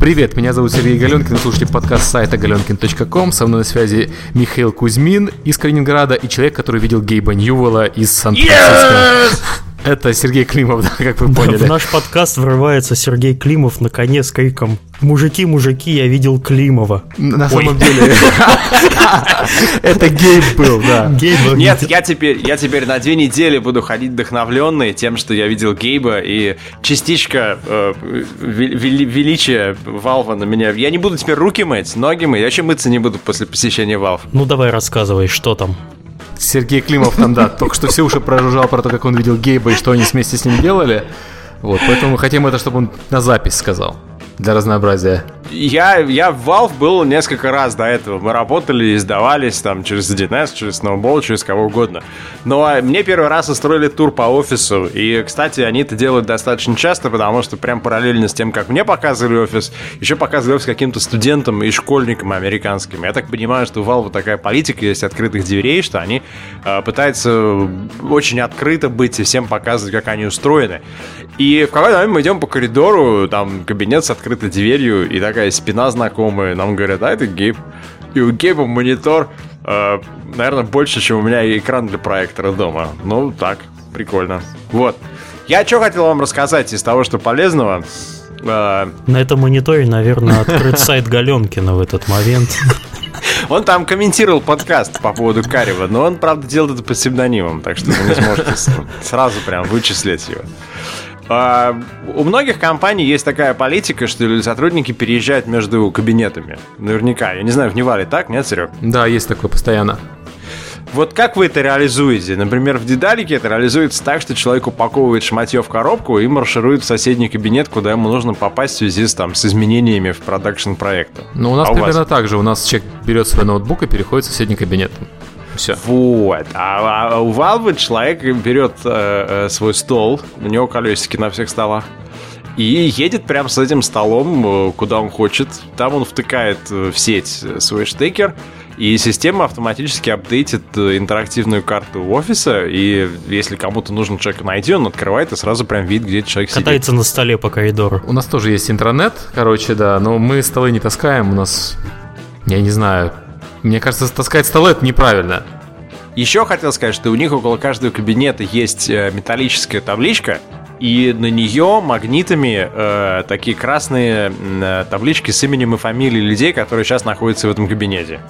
Привет, меня зовут Сергей Галенкин, вы слушаете подкаст сайта galenkin.com. Со мной на связи Михаил Кузьмин из Калининграда и человек, который видел Гейба Ньюэлла из Сан-Франциско. Это Сергей Климов, да, как вы поняли. В наш подкаст врывается Сергей Климов на коне с криком: «Мужики, мужики, я видел Климова». На самом деле это Гейб был, да. Нет, я теперь на 2 недели буду ходить вдохновленный тем, что я видел Гейба, и частичка величия Valve на меня. Я не буду теперь руки мыть, ноги мыть, я вообще мыться не буду после посещения Valve. Ну давай рассказывай, что там. Сергей Климов там, да, только что все уши прожужжал про то, как он видел Гейба и что они вместе с ним делали. Вот, поэтому мы хотим это, чтобы он на запись сказал. Для разнообразия. Я в Valve был несколько раз до этого. Мы работали, издавались там через 1С, через Snowball, через кого угодно. Но мне первый раз устроили тур по офису. И, кстати, они это делают достаточно часто, потому что прям параллельно с тем, как мне показывали офис, еще показывали офис каким-то студентам и школьникам американским. Я так понимаю, что у Valve такая политика есть открытых дверей, что они пытаются очень открыто быть и всем показывать, как они устроены. И в какой-то момент мы идем по коридору, там кабинет с открытой дверью, и такая спина знакомая. Нам говорят: а это Гейб. И у Гейба монитор, наверное, больше, чем у меня экран для проектора дома. Ну, так, прикольно. Вот. Я что хотел вам рассказать из того, что полезного. На этом мониторе, наверное, открыт сайт Галенкина в этот момент. Он там комментировал подкаст по поводу Карева, но он, правда, делает это под псевдонимом, так что вы не сможете сразу прям вычислить его. У многих компаний есть такая политика, что сотрудники переезжают между кабинетами. Наверняка. Я не знаю, в Невале так, нет, Серег? Да, есть такое постоянно. Вот как вы это реализуете? Например, в Дедалике это реализуется так, что человек упаковывает шматье в коробку и марширует в соседний кабинет, куда ему нужно попасть в связи с изменениями в продакшн проекта. Ну, у нас примерно так же. У нас человек берет свой ноутбук и переходит в соседний кабинет. Все. Вот. А у Valve человек берет свой стол, у него колесики на всех столах, и едет прямо с этим столом, куда он хочет. Там он втыкает в сеть свой штекер, и система автоматически апдейтит интерактивную карту офиса, и если кому-то нужно человека найти, он открывает и сразу прям видит, где человек сидит. Катается на столе по коридору. У нас тоже есть интранет, да, но мы столы не таскаем, у нас, я не знаю, мне кажется, таскать столы — это неправильно. Еще хотел сказать, что у них около каждого кабинета есть металлическая табличка, и на нее магнитами такие красные таблички с именем и фамилией людей, которые сейчас находятся в этом кабинете.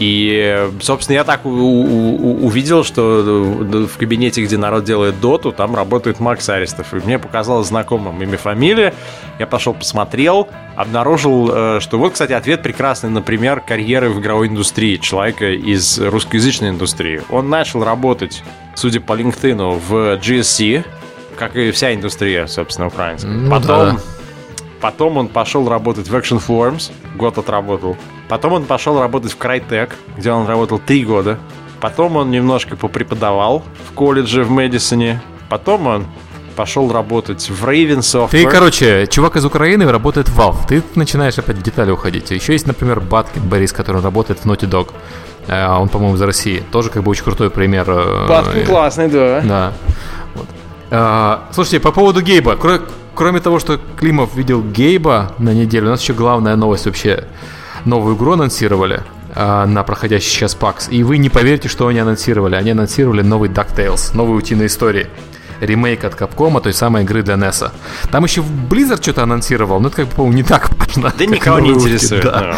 И, собственно, я так увидел, что в кабинете, где народ делает доту, там работает Макс Аристов. И мне показалось знакомым имя, фамилия. Я пошел, посмотрел, обнаружил, что вот, кстати, ответ прекрасный, например, карьеры в игровой индустрии человека из русскоязычной индустрии. Он начал работать, судя по LinkedIn, в GSC, как и вся индустрия, собственно, украинская. Потом он пошел работать в Action Forums, год отработал. Потом он пошел работать в Crytek, где он работал 3 года. Потом он немножко попреподавал в колледже в Мэдисоне. Потом он пошел работать в Raven Software. Ты, короче, чувак из Украины работает в Valve. Ты начинаешь опять в детали уходить. Еще есть, например, Баткин Борис, который работает в Naughty Dog. Он, по-моему, из России. Тоже как бы очень крутой пример. Баткин классный, да. Да. Вот. Слушайте, по поводу Гейба. Кроме того, что Климов видел Гейба на неделю, у нас еще главная новость вообще. Новую игру анонсировали на проходящий сейчас PAX. И вы не поверите, что они анонсировали. Они анонсировали новый DuckTales, новые утиные истории. Ремейк от Capcom, той самой игры для NES. Там еще Blizzard что-то анонсировал, но это, как бы, по-моему, не так важно. Да никого не интересует. Да.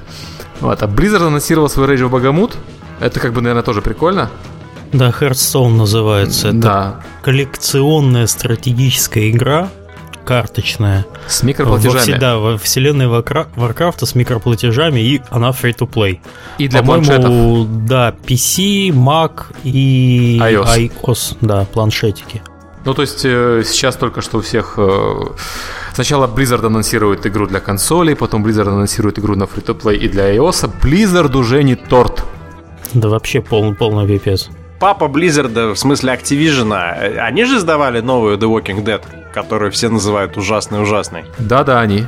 Вот, а Blizzard анонсировал свой Rage of Bahamut. Это, как бы, наверное, тоже прикольно. Да, Hearthstone называется. Это да. Коллекционная стратегическая игра, карточная. С микроплатежами. Во вселенной Warcraft с микроплатежами, и она free-to-play. И для планшетов. Да, PC, Mac и iOS. Да, планшетики. Ну, то есть сейчас только что у всех... Сначала Blizzard анонсирует игру для консолей, потом Blizzard анонсирует игру на free-to-play и для iOS. Blizzard уже не торт. Да вообще полный пипец. Папа Blizzard, в смысле Activision, они же сдавали новую The Walking Dead, которую все называют ужасной-ужасной. Да, они.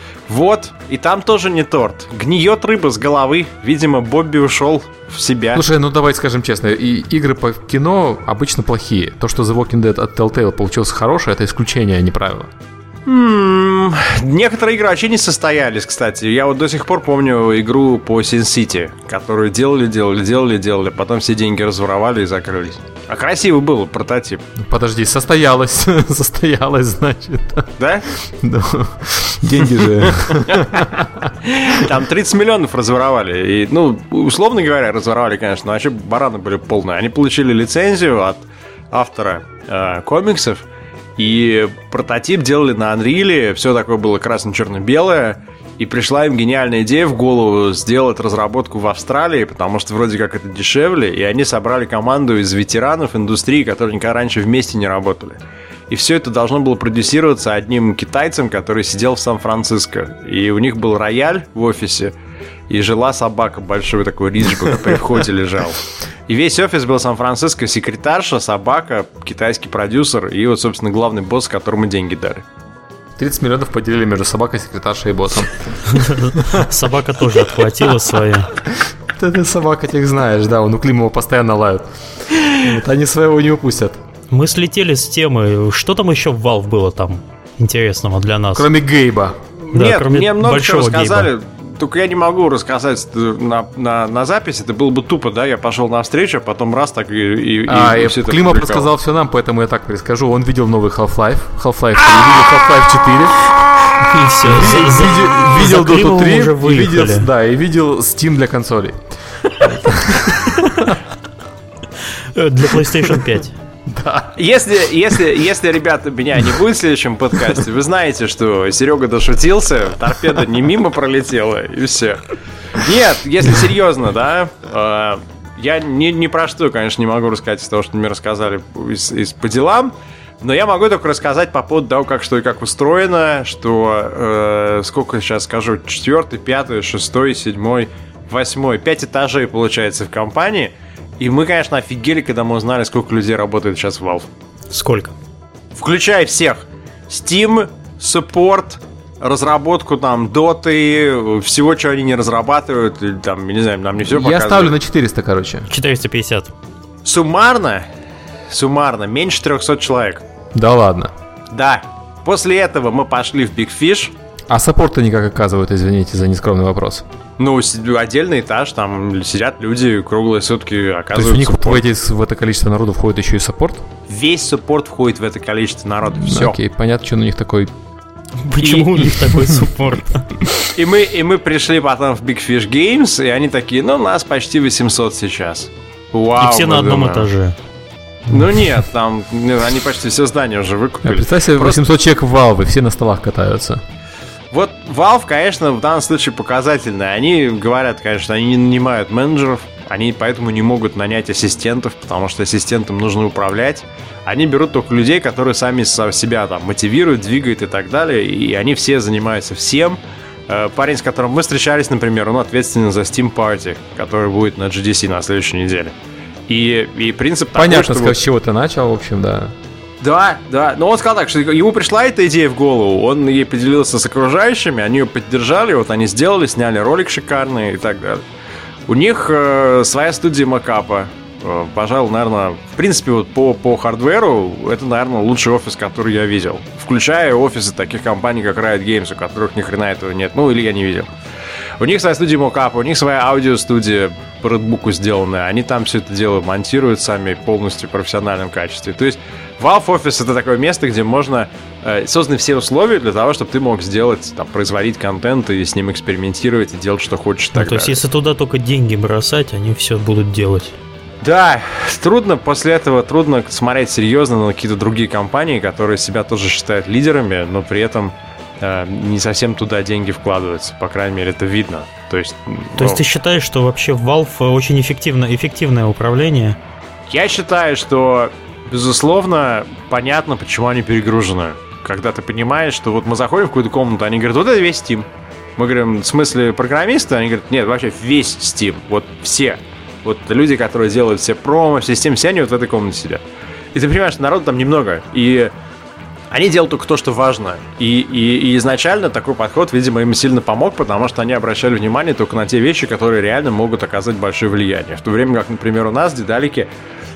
Вот, и там тоже не торт. Гниет рыба с головы. Видимо, Бобби ушел в себя. Слушай, ну давай скажем честно, и игры по кино обычно плохие. То, что The Walking Dead от Telltale получился хороший, это исключение, а не правило. Некоторые игры вообще не состоялись, кстати. Я вот до сих пор помню игру по Sin City, которую делали, потом все деньги разворовали и закрылись. А красиво был прототип. Подожди, состоялось, значит. Да? Да. Деньги же. Там 30 миллионов разворовали. И, ну, условно говоря, разворовали, конечно, но вообще бараны были полные. Они получили лицензию от автора комиксов. И прототип делали на Unreal, все такое было красно-черно-белое. И пришла им гениальная идея в голову сделать разработку в Австралии, потому что вроде как это дешевле. И они собрали команду из ветеранов индустрии, которые никогда раньше вместе не работали. И все это должно было продюсироваться одним китайцем, который сидел в Сан-Франциско. И у них был рояль в офисе, и жила собака, большой такой риджбек, при входе лежал. И весь офис был Сан-Франциско, секретарша, собака, китайский продюсер и вот, собственно, главный босс, которому деньги дали. 30 миллионов поделили между собакой, секретаршей и боссом. Собака тоже отхватила свое. Ты собака, тех знаешь, да, он у Климова постоянно лают. Они своего не упустят. Мы слетели с темы. Что там еще в Valve было там интересного для нас? Кроме Гейба. Да, нет, кроме мне много чего большого рассказали. Гейба. Только я не могу рассказать на запись, это было бы тупо, да, я пошел на встречу, а потом раз так и все это Климов публиковал. рассказал все нам, поэтому я так перескажу. Он видел новый Half-Life 3, видел Half-Life 4. И все. Видел Dota 3 уже и выехали. видел Steam для консолей. Для PlayStation 5. Да. Если, ребята, меня не будет в следующем подкасте, вы знаете, что Серега дошутился, торпеда не мимо пролетела, и все. Нет, если серьезно, да, я ни про что, конечно, не могу рассказать из того, что мне рассказали по делам, но я могу только рассказать по поводу того, как что и как устроено, что, сколько сейчас скажу, 4, 5, 6, 7, 8, 5 этажей получается в компании. И мы, конечно, офигели, когда мы узнали, сколько людей работает сейчас в Valve. Сколько? Включая всех. Steam, Support, разработку там Доты, всего, чего они не разрабатывают. Или, там, не знаю, нам не все показывают. Я ставлю на 400, короче. 450. Суммарно, меньше 300 человек. Да ладно. Да. После этого мы пошли в Big Fish. А саппорт-то никак оказывают, извините за нескромный вопрос. Ну, отдельный этаж, там сидят люди круглые сутки, оказывают. То есть у них в это количество народу входит еще и саппорт? Весь саппорт входит в это количество народа. Все. Окей, понятно, что у них такой... Почему у них такой суппорт? И мы пришли потом в Big Fish Games, и они такие, ну, нас почти 800 сейчас. Вау, И все на одном этаже. Ну нет, там они почти все здания уже выкупили. Представь себе, 800 человек в Valve, все на столах катаются. Вот Valve, конечно, в данном случае показательный. Они говорят, конечно, они не нанимают менеджеров, они поэтому не могут нанять ассистентов, потому что ассистентам нужно управлять. Они берут только людей, которые сами себя там мотивируют, двигают и так далее, и они все занимаются всем. Парень, с которым мы встречались, например, он ответственен за Steam Party, который будет на GDC на следующей неделе. И принцип такой, понятно, что... с чего ты начал, в общем, да. Да, но он сказал так, что ему пришла эта идея в голову, он ей поделился с окружающими, они ее поддержали, вот они сделали, сняли ролик шикарный и так далее. У них своя студия макапа, пожалуй, наверное, в принципе, вот по хардверу, это, наверное, лучший офис, который я видел, включая офисы таких компаний, как Riot Games, у которых ни хрена этого нет, ну, или я не видел. У них своя студия макапа, у них своя аудиостудия по редбуку сделанная, они там все это дело монтируют сами полностью в профессиональном качестве. То есть Valve Office — это такое место, где можно созданы все условия для того, чтобы ты мог сделать, там, производить контент и с ним экспериментировать и делать, что хочешь. Ну, то есть, если туда только деньги бросать, они все будут делать. Да, после этого трудно смотреть серьезно на какие-то другие компании, которые себя тоже считают лидерами, но при этом не совсем туда деньги вкладываются, по крайней мере, это видно. То есть ты считаешь, что вообще в Valve очень эффективное управление? Я считаю, что, безусловно, понятно, почему они перегружены. Когда ты понимаешь, что вот мы заходим в какую-то комнату, они говорят, вот это весь Steam. Мы говорим, в смысле программисты? Они говорят, нет, вообще весь Steam, вот все. Вот люди, которые делают все промо, все Steam, все они вот в этой комнате сидят. И ты понимаешь, что народу там немного, и они делают только то, что важно. И изначально такой подход, видимо, им сильно помог, потому что они обращали внимание только на те вещи, которые реально могут оказать большое влияние. В то время как, например, у нас, Дедалики,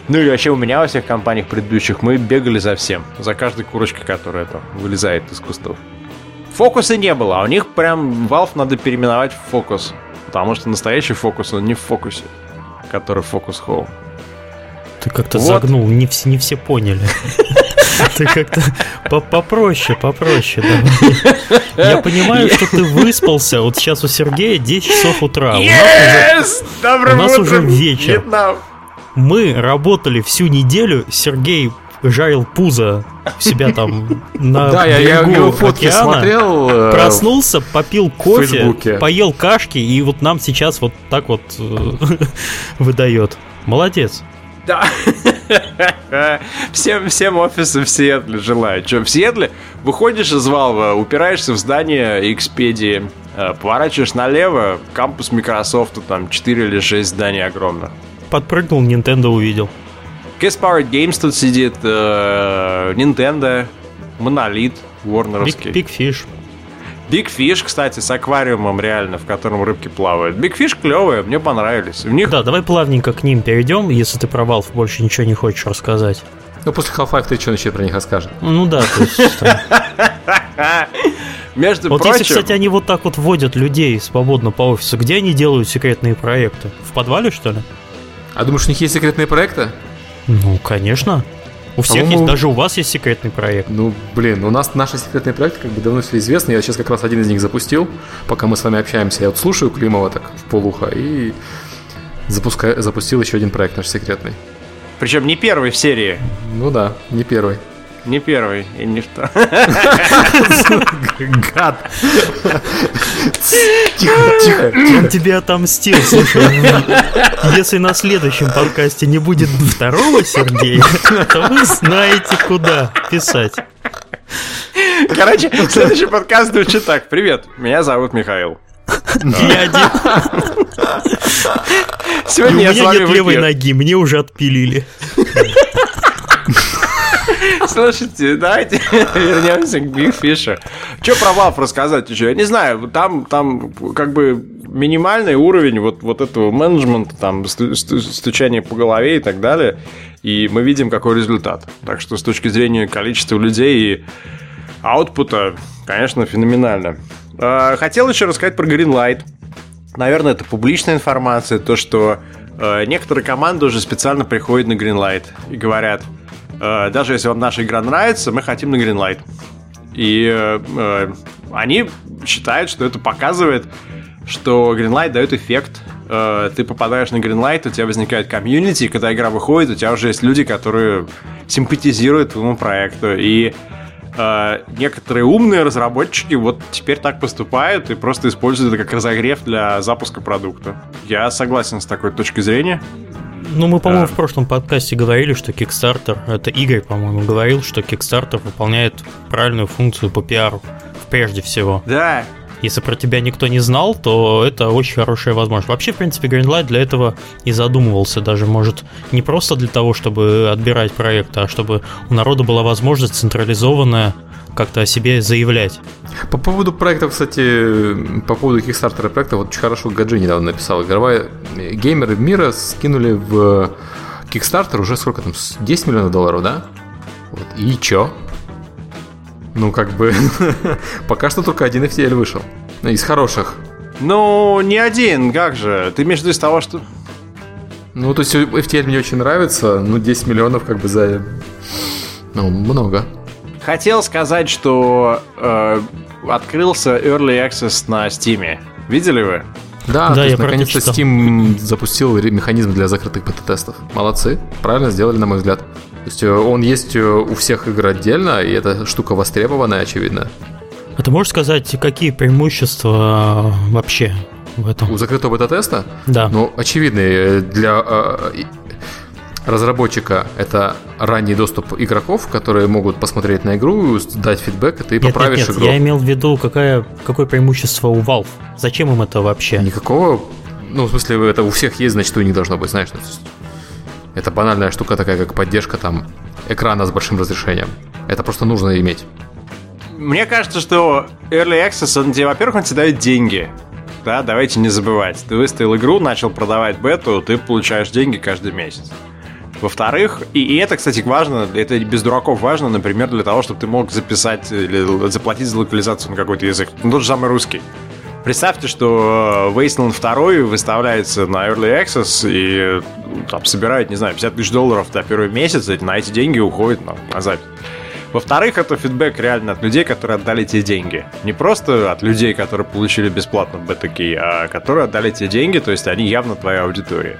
Ну и вообще у меня во всех компаниях предыдущих мы бегали за всем. За каждой курочкой, которая там вылезает из кустов. Фокуса не было, а у них прям Valve надо переименовать в фокус. Потому что настоящий фокус, он не в фокусе, который фокус Home. Ты как-то загнул, не все поняли. Ты как-то попроще давай. Я понимаю, что ты выспался. Вот сейчас у Сергея 10 часов утра. У нас уже вечер. Мы работали всю неделю. Сергей жарил пузо у себя там на да, я фотки океана, смотрел. Проснулся, попил кофе, поел кашки, и вот нам сейчас вот так вот выдает. Молодец. Да. Всем офисам в Сиэтле желаю. Что, в Сиэтле выходишь из Valve, упираешься в здание Expedia, поворачиваешь налево, кампус Microsoft, там 4 или 6 зданий огромных. Подпрыгнул, Nintendo увидел. Case Powered Games тут сидит, Nintendo, Monolith, Warner'овский. Big Fish. Big Fish, кстати, с аквариумом реально, в котором рыбки плавают. Big Fish клевые, мне понравились. В них... Да, давай плавненько к ним перейдем, если ты про Valve больше ничего не хочешь рассказать. Ну, после Half-Life ты что еще про них расскажешь? Ну да, то есть... Между вот прочим... если, кстати, они вот так вот водят людей свободно по офису, где они делают секретные проекты? В подвале, что ли? А думаешь, у них есть секретные проекты? Ну, конечно. У всех есть, даже у вас есть секретный проект. Ну, блин, у нас наши секретные проекты как бы давно все известны. Я сейчас как раз один из них запустил, пока мы с вами общаемся. Я вот слушаю Климова так в полухо и запустил еще один проект наш секретный. Причем не первый в серии. Ну да, не первый. Не первый и не второй. Гад. Тихо. Он тебе отомстил, слушай. Если на следующем подкасте не будет второго Сергея, то вы знаете, куда писать. Короче, следующий подкаст звучит так. Привет, меня зовут Михаил. Не один. Сегодня у меня нет левой ноги, мне уже отпилили. Слушайте, давайте вернемся к Big Fish. Что про Valve рассказать еще? Я не знаю, там как бы минимальный уровень вот этого менеджмента, там стучания по голове и так далее, и мы видим, какой результат. Так что с точки зрения количества людей и аутпута, конечно, феноменально. Хотел еще рассказать про Greenlight. Наверное, это публичная информация, то, что некоторые команды уже специально приходят на Greenlight и говорят: даже если вам наша игра нравится, мы хотим на Greenlight. И они считают, что это показывает, что Greenlight дает эффект. Ты попадаешь на Greenlight, у тебя возникает комьюнити, и когда игра выходит, у тебя уже есть люди, которые симпатизируют твоему проекту. И некоторые умные разработчики вот теперь так поступают и просто используют это как разогрев для запуска продукта. Я согласен с такой точкой зрения. Ну, мы, по-моему, в прошлом подкасте говорили, что Kickstarter, это Игорь, по-моему, говорил, что Kickstarter выполняет правильную функцию по пиару, прежде всего. Да. Если про тебя никто не знал, то это очень хорошая возможность. Вообще, в принципе, Greenlight для этого и задумывался даже, может, не просто для того, чтобы отбирать проекты, а чтобы у народа была возможность централизованная как-то о себе заявлять. По поводу проектов, кстати, по поводу Kickstarter проекта, вот очень хорошо Гаджи недавно написал. Геймеры мира скинули в Kickstarter уже сколько там, 10 миллионов долларов, да? Вот. И чё? Ну, как бы, пока что только один FTL вышел. Из хороших. Ну, не один, как же? Ты имеешь в виду из того, что... Ну, то есть FTL мне очень нравится, но 10 миллионов как бы за... Ну, много. Хотел сказать, что открылся Early Access на Steam. Видели вы? Да, то есть наконец-то Steam запустил механизм для закрытых бета-тестов. Молодцы, правильно сделали, на мой взгляд. То есть он есть у всех игр отдельно, и эта штука востребованная, очевидно. А ты можешь сказать, какие преимущества вообще в этом? У закрытого бета-теста? Да. Ну, очевидные. Для разработчика это ранний доступ игроков, которые могут посмотреть на игру, дать фидбэк, и ты поправишь игру. Я имел в виду, какое преимущество у Valve. Зачем им это вообще? Никакого. Ну, в смысле, это у всех есть, значит, у них должно быть, знаешь. Это банальная штука такая, как поддержка там экрана с большим разрешением. Это просто нужно иметь. Мне кажется, что Early Access, он тебе, во-первых, он тебе дает деньги. Да, давайте не забывать. Ты выставил игру, начал продавать бету, ты получаешь деньги каждый месяц. Во-вторых, и это, кстати, важно, это без дураков важно, например, для того, чтобы ты мог записать или заплатить за локализацию на какой-то язык. Ну, тот же самый русский. Представьте, что Wasteland 2 выставляется на Early Access и там собирает, не знаю, $50 тысяч на первый месяц, и на эти деньги уходит на запись. Во-вторых, это фидбэк реально от людей, которые отдали тебе деньги. Не просто от людей, которые получили бесплатно бета-кей, а которые отдали тебе деньги, то есть они явно твоя аудитория.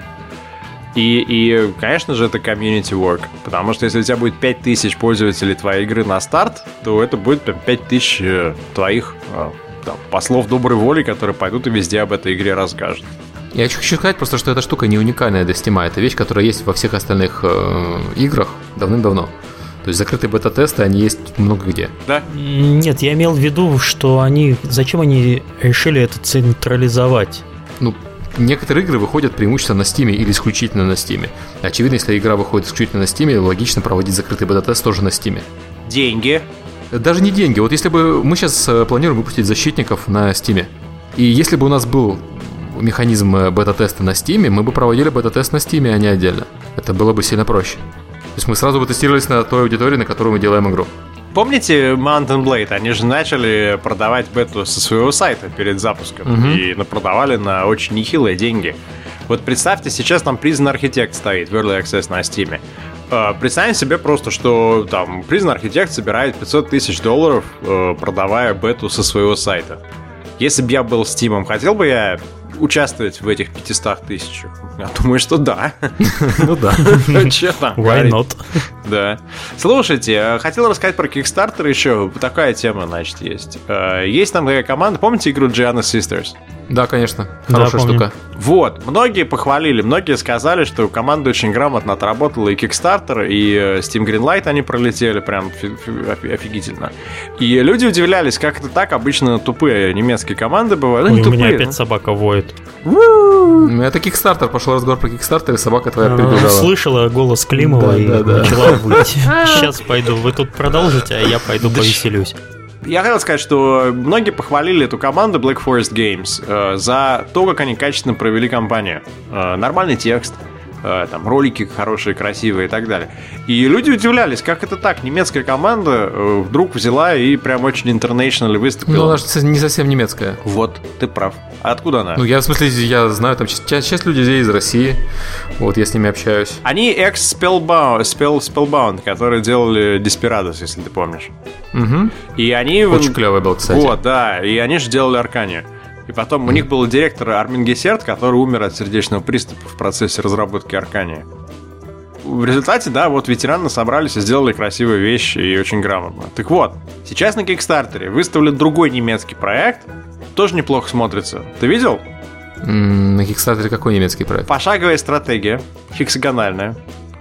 И, конечно же, это community work, потому что если у тебя будет 5000 пользователей твоей игры на старт, то это будет 5000 твоих послов доброй воли, которые пойдут и везде об этой игре расскажут. Я хочу сказать просто, что эта штука не уникальная для Steam, это вещь, которая есть во всех остальных играх давным-давно. То есть закрытые бета-тесты, они есть много где. Да? Нет, я имел в виду, что зачем они решили это централизовать? Ну, некоторые игры выходят преимущественно на Steam или исключительно на Steam. Очевидно, если игра выходит исключительно на Steam, логично проводить закрытый бета-тест тоже на Steam. Деньги. Даже не деньги. Вот если бы мы сейчас планируем выпустить защитников на Steam, и если бы у нас был механизм бета-теста на Steam, мы бы проводили бета-тест на Steam, а не отдельно. Это было бы сильно проще. То есть мы сразу бы тестировались на той аудитории, на которую мы делаем игру. Помните Mountain Blade? Они же начали продавать бету со своего сайта перед запуском. И продавали на очень нехилые деньги. Вот представьте, сейчас там Prison Architect стоит в Early Access на Steam. Представим себе просто, что там Prison Architect собирает $500 тысяч, продавая бету со своего сайта. Если бы я был Steam, хотел бы я участвовать в этих 500 тысячах? Я думаю, что да. Ну да. Честно. Why not? Да. Слушайте, хотел рассказать про Kickstarter еще. Такая тема, значит, есть. Есть там такая команда. Помните игру Gianna Sisters? Да, конечно. Хорошая штука. Вот. Многие похвалили, многие сказали, что команда очень грамотно отработала и Kickstarter, и Steam Greenlight они пролетели прям офигительно. И люди удивлялись, как это так. Обычно тупые немецкие команды бывают. Ой, у меня опять собака воет. Это Kickstarter. Пошел разговор про Kickstarter, и собака твоя прибежала. Слышала голос Климова и начала выть. Сейчас пойду. Вы тут продолжите, а я пойду повеселюсь. Я хотел сказать, что многие похвалили эту команду Black Forest Games за то, как они качественно провели кампанию. Нормальный текст, там ролики хорошие, красивые и так далее. И люди удивлялись, как это так, немецкая команда вдруг взяла и прям очень international выступила. Ну, она же не совсем немецкая. Вот, ты прав. А откуда она? Ну, я в смысле, я знаю, там часть людей из России, вот, я с ними общаюсь. Они ex-Spellbound, которые делали Desperados, если ты помнишь. Угу. И они... Очень клевый был, кстати. Вот, да, и они же делали Арканию. И потом у них был директор Армин Гессерт, который умер от сердечного приступа в процессе разработки Аркании. В результате, да, вот ветераны собрались и сделали красивые вещи и очень грамотно. Так вот, сейчас на Кикстартере выставлен другой немецкий проект, тоже неплохо смотрится. Ты видел? На Кикстартере какой немецкий проект? Пошаговая стратегия, хексагональная.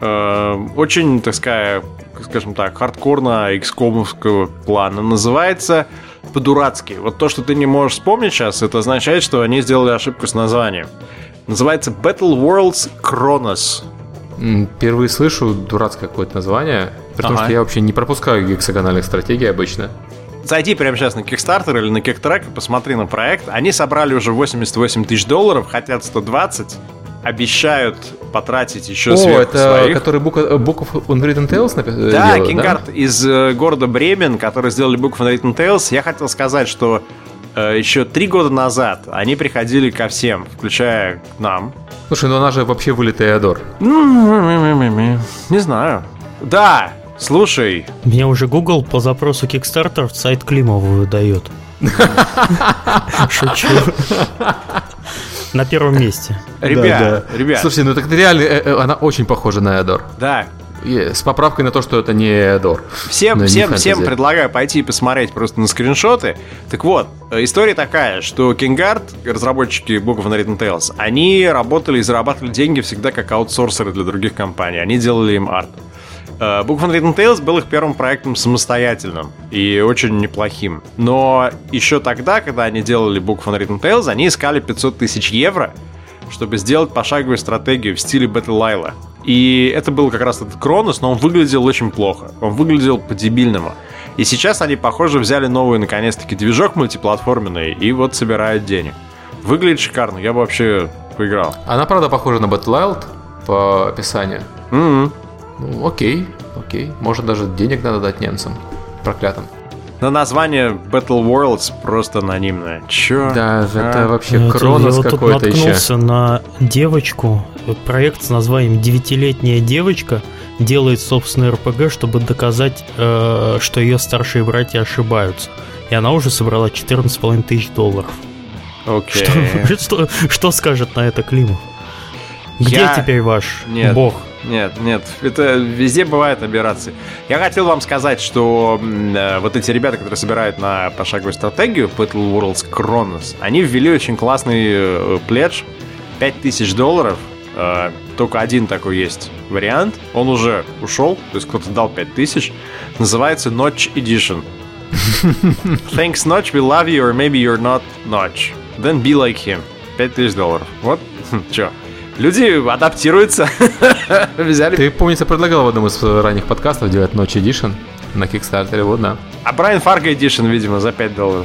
Очень, так сказать, скажем так, хардкорно XCOM-овского плана. Называется по-дурацки. Вот то, что ты не можешь вспомнить сейчас, это означает, что они сделали ошибку с названием. Называется Battle Worlds Chronos. Впервые слышу дурацкое какое-то название, потому что я вообще не пропускаю гексагональных стратегий обычно. Зайди прямо сейчас на Kickstarter или на Kicktrack и посмотри на проект. Они собрали уже $88 тысяч, хотят 120, обещают потратить еще сверху своих. Это который Book of Unwritten Tales делает? Да, Кингард из города Бремен, которые сделали Book of Unwritten Tales. Я хотел сказать, что еще 3 года назад они приходили ко всем, включая к нам. Слушай, ну она же вообще вылитая Эодор. Не знаю. Да, слушай. Мне уже Google по запросу Kickstarter сайт Климова выдает. Шучу. На первом месте. Ребят. Слушай, ну так реально, она очень похожа на Эодор. Да. С поправкой на то, что это не Эодор. Всем предлагаю пойти и посмотреть просто на скриншоты. Так вот, история такая, что Kingard, разработчики Book of Unwritten Tales, они работали и зарабатывали деньги всегда как аутсорсеры для других компаний. Они делали им арт. Book of Unwritten Tales был их первым проектом самостоятельным и очень неплохим. Но еще тогда, когда они делали Book of Unwritten Tales, они искали 500 тысяч евро, чтобы сделать пошаговую стратегию в стиле Battle Isle. И это был как раз этот Кронос, но он выглядел очень плохо. Он выглядел по-дебильному. И сейчас они, похоже, взяли новый, наконец-таки, движок мультиплатформенный и вот собирают денег. Выглядит шикарно, я бы вообще поиграл. Она, правда, похожа на Battle Isle по описанию. Ну, окей. Может, даже денег надо дать немцам проклятым. Но название Battle Worlds просто анонимное. Чё? Да, это вообще Кронос какой-то еще. Я наткнулся на девочку. Проект с названием «9-летняя девочка» делает собственный РПГ, чтобы доказать, что ее старшие братья ошибаются. И она уже собрала $14 500. Окей. Что скажет на это Климов? Где теперь ваш бог? Нет, это везде бывают аберрации. Я хотел вам сказать, что вот эти ребята, которые собирают на пошаговую стратегию Battle Worlds Chronos, они ввели очень классный пледж, $5000. Только один такой есть вариант. Он уже ушел, то есть кто-то дал 5000. Называется Notch Edition. Thanks, Notch, we love you, or maybe you're not Notch. Then be like him. $5000. Вот, чё. Люди адаптируются. Взяли. Ты, помнится, предлагал в одном из ранних подкастов делать Notch Edition на Kickstarter, вот да. А Брайан Фарго Edition, видимо, за $5.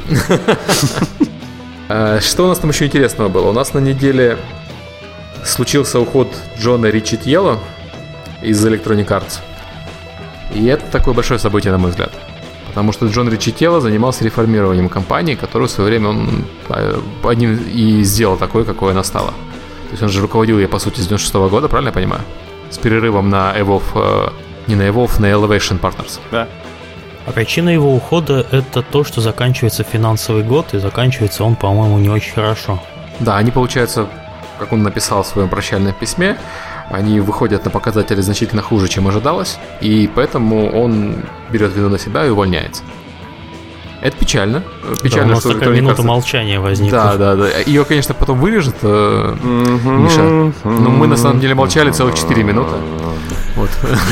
Что у нас там еще интересного было? У нас на неделе случился уход Джона Ричетьелло из Electronic Arts. И это такое большое событие, на мой взгляд. Потому что Джон Ричетьелло занимался реформированием компании, которую в свое время он одним и сделал такой, какой она стала. То есть он же руководил ей, по сути, с 96 года, правильно я понимаю? С перерывом на Evolve, не на Evolve, на Elevation Partners. Да. А причина его ухода — это то, что заканчивается финансовый год, и заканчивается он, по-моему, не очень хорошо. Да, они, получается, как он написал в своем прощальном письме, они выходят на показатели значительно хуже, чем ожидалось, и поэтому он берет вину на себя и увольняется. Это печально. Печально, да, у нас что такая минута молчания возникла. Да. Ее, конечно, потом вырежет, Миша. Но мы на самом деле молчали целых 4 минуты. Вот.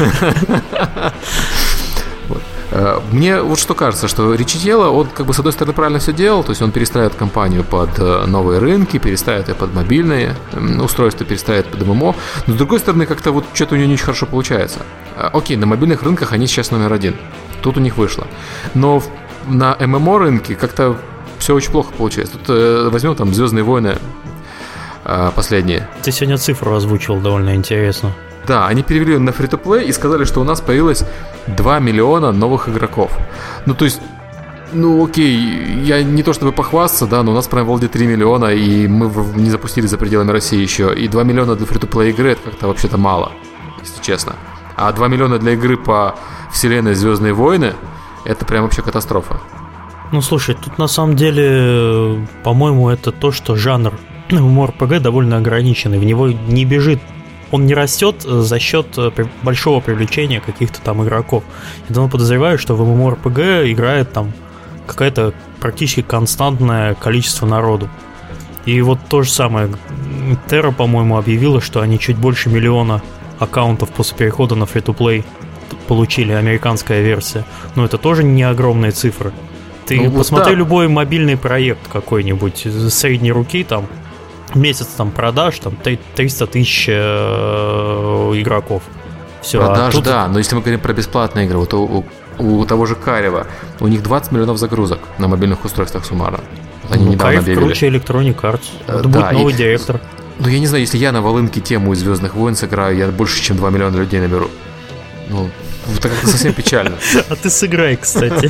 Мне вот что кажется, что Ричетьелло, он как бы с одной стороны правильно все делал, то есть он перестраивает компанию под новые рынки, перестраивает ее под мобильные устройства, перестраивает под ММО, но с другой стороны как-то вот что-то у него не очень хорошо получается. Окей, на мобильных рынках они сейчас номер 1, тут у них вышло, но на ММО рынке как-то все очень плохо получается. Тут возьмем там «Звездные войны» последние. Ты сегодня цифру озвучил довольно интересно. Да, они перевели на фри-то-плей и сказали, что у нас появилось 2 миллиона новых игроков. Ну, то есть, окей, я не то чтобы похвастаться, да, но у нас Prime World 3 миллиона, и мы не запустили за пределами России еще. И 2 миллиона для фри-то-плей игры — это как-то вообще-то мало, если честно. А 2 миллиона для игры по вселенной «Звездные войны» — это прям вообще катастрофа. Ну, слушай, тут на самом деле, по-моему, это то, что жанр MMORPG довольно ограниченный. В него не бежит. Он не растет за счет большого привлечения каких-то там игроков. Я давно подозреваю, что в MMORPG играет там какое-то практически константное количество народу. И вот то же самое. Terra, по-моему, объявила, что они чуть больше 1 миллиона аккаунтов после перехода на free-to-play получили, американская версия. Но это тоже не огромные цифры. Ты посмотри любой мобильный проект какой-нибудь средней руки, там месяц там продаж, там 300 тысяч игроков. Все, продаж, тут... да, но если мы говорим про бесплатные игры, вот у того же Карева, у них 20 миллионов загрузок на мобильных устройствах суммарно. Вот они недавно объявили. Карев круче Electronic Arts. Это будет новый директор. Ну, я не знаю, если я на волынке тему из «Звездных войн» сыграю, я больше, чем 2 миллиона людей наберу. Ну, это как-то совсем печально. А ты сыграй, кстати.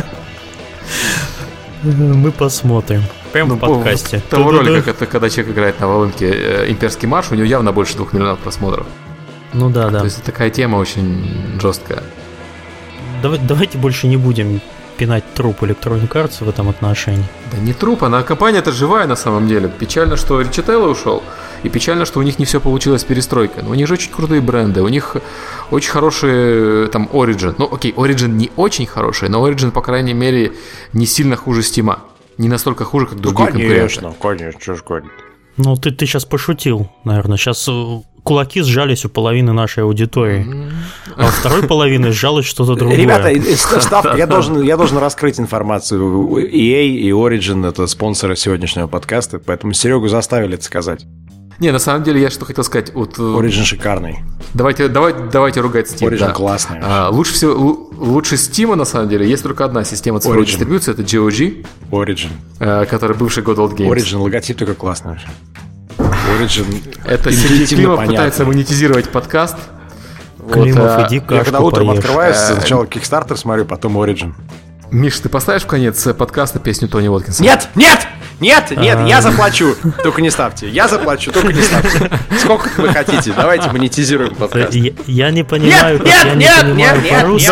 Мы посмотрим. Прямо в подкасте. Того ролика, когда человек играет на волынке «Имперский марш», у него явно больше 2 миллионов просмотров. Ну да. То есть такая тема очень жесткая. Давайте больше не будем пинать труп Electronic Arts в этом отношении. Да не труп, она компания-то живая на самом деле. Печально, что Ричетелло ушел, и печально, что у них не все получилось с перестройкой. Но у них же очень крутые бренды, у них очень хорошие там Origin. Ну окей, Origin не очень хороший, но Origin, по крайней мере, не сильно хуже Steam. Не настолько хуже, как другие конкуренты. Конечно, что ж говорить. Ну, ты сейчас пошутил, наверное. Сейчас кулаки сжались у половины нашей аудитории, а у второй половины сжалось что-то другое. Ребята, я должен раскрыть информацию. EA и Origin — это спонсоры сегодняшнего подкаста, поэтому Серегу заставили это сказать. Не, на самом деле, я что хотел сказать. Вот, Origin шикарный. Давайте ругать Steam. Origin да. Классный. Лучше Steam, на самом деле, есть только одна система цифровой дистрибьюции, это GOG. Origin. Который бывший God Old Games. Origin, логотип только классный вообще. Origin. Это Сергей Климов пытается монетизировать подкаст. Климов, иди кашку я когда утром поешь. открываю, сначала Kickstarter смотрю, потом Origin. Миш, ты поставишь в конец подкаста песню Тони Уоткинса? Нет, я заплачу. Только не ставьте. Я заплачу, только не ставьте. Сколько вы хотите? Давайте монетизируем подкаст. Я не понимаю, как я не понимаю по-русски.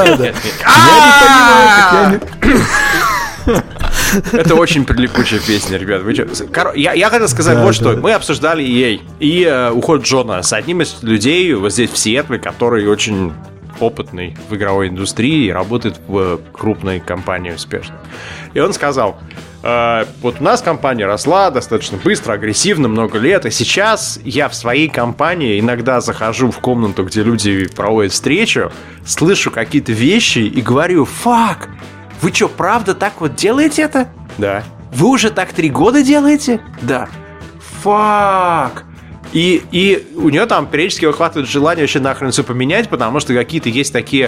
Да. Это очень прилипучая песня, ребят. Вы чё? Я хотел сказать вот что. Мы обсуждали EA и уход Джона с одним из людей вот здесь в Сиэтле, который очень опытный в игровой индустрии и работает в крупной компании успешно. И он сказал: вот у нас компания росла достаточно быстро, агрессивно, много лет, и сейчас я в своей компании иногда захожу в комнату, где люди проводят встречу, слышу какие-то вещи и говорю: «Фак! Вы что, правда так вот делаете это?» «Да». «Вы уже так 3 года делаете?» «Да». «Фак!» И у нее там периодически выхватывает желание вообще нахрен все поменять, потому что какие-то есть такие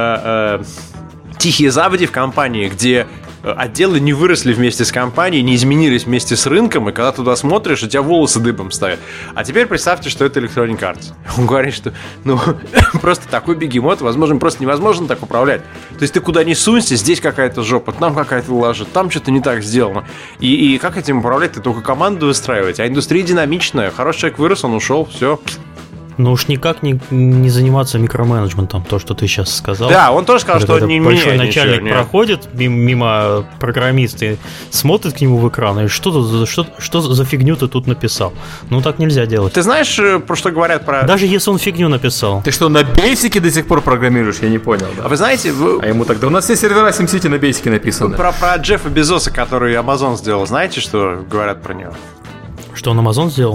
тихие заводи в компании, где отделы не выросли вместе с компанией, не изменились вместе с рынком, и когда туда смотришь, у тебя волосы дыбом стоят. А теперь представьте, что это Electronic Arts. Он говорит, что просто такой бегемот, возможно, просто невозможно так управлять. То есть ты куда ни сунься, здесь какая-то жопа, там какая-то лажа, там что-то не так сделано. И как этим управлять? Ты только команду выстраивать. А индустрия динамичная. Хороший человек вырос, он ушел, все. Ну уж никак не заниматься микроменеджментом, то, что ты сейчас сказал. Да, он тоже сказал, что он не меняет. Большой начальник проходит мимо программиста и смотрит к нему в экран, и что за фигню ты тут написал? Ну так нельзя делать. Ты знаешь, про что говорят про... Даже если он фигню написал. Ты что, на бейсике до сих пор программируешь? Я не понял. Да? А вы знаете... А ему тогда... У нас все сервера SimCity на бейсике написаны. Про Джеффа Безоса, который Amazon сделал. Знаете, что говорят про него? Что он Amazon сделал?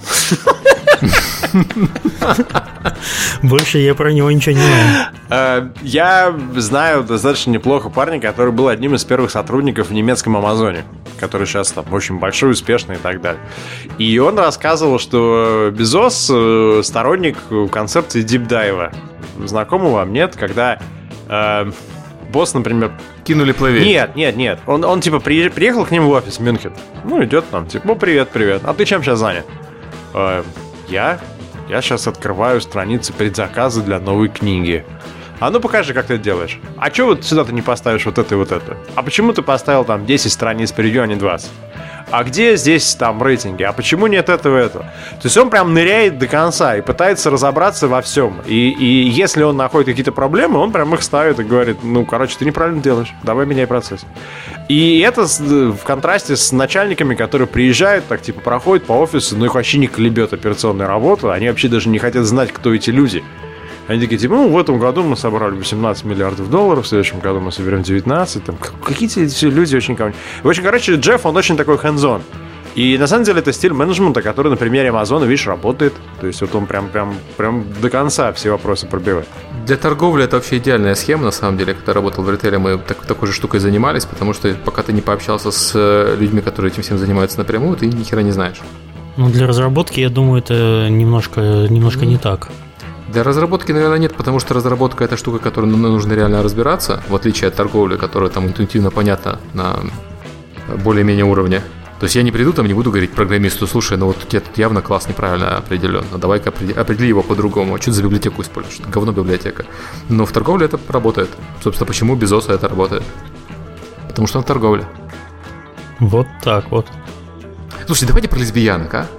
Больше я про него ничего не знаю. Я знаю достаточно неплохо парня, который был одним из первых сотрудников в немецком Амазоне, который сейчас там очень большой, успешный и так далее. И он рассказывал, что Безос сторонник концепции дипдайва. Знакомо вам, нет? Когда босс, например... Кинули плавей. Нет. Он типа приехал к ним в офис в Мюнхен. Ну, идет там, типа, привет. А ты чем сейчас занят? Я сейчас открываю страницы предзаказа для новой книги. А ну покажи, как ты это делаешь. А чё вот сюда ты не поставишь вот это и вот это? А почему ты поставил там 10 страниц превью, а не 20? А где здесь там рейтинги? А почему нет этого и этого? То есть он прям ныряет до конца и пытается разобраться во всем. И если он находит какие-то проблемы, он прям их ставит и говорит: ну, короче, ты неправильно делаешь, давай меняй процесс. И это в контрасте с начальниками, которые приезжают, так типа проходят по офису, но их вообще не колебет операционная работа, они вообще даже не хотят знать, кто эти люди. Они такие, типа, в этом году мы собрали $18 миллиардов, в следующем году мы соберем 19. Там, какие-то эти люди очень... В общем, короче, Джефф, он очень такой hands-on. И на самом деле это стиль менеджмента, который на примере Амазона, видишь, работает. То есть вот он прям до конца все вопросы пробивает. Для торговли это вообще идеальная схема, на самом деле. Когда работал в ритейле, мы такой же штукой занимались, потому что пока ты не пообщался с людьми, которые этим всем занимаются напрямую, ты ни хера не знаешь. Ну, для разработки, я думаю, это немножко не так. Для разработки, наверное, нет, потому что разработка — это штука, которой нужно реально разбираться, в отличие от торговли, которая там интуитивно понятна на более-менее уровне. То есть я не приду там, не буду говорить программисту: слушай, ну вот у тебя тут явно класс неправильно определен, ну давай-ка определи его по-другому, а что ты за библиотеку используешь? Говно библиотека. Но в торговле это работает. Собственно, почему без Безоса это работает? Потому что он в торговле. Вот так вот. Слушай, давайте про лесбиянок, а?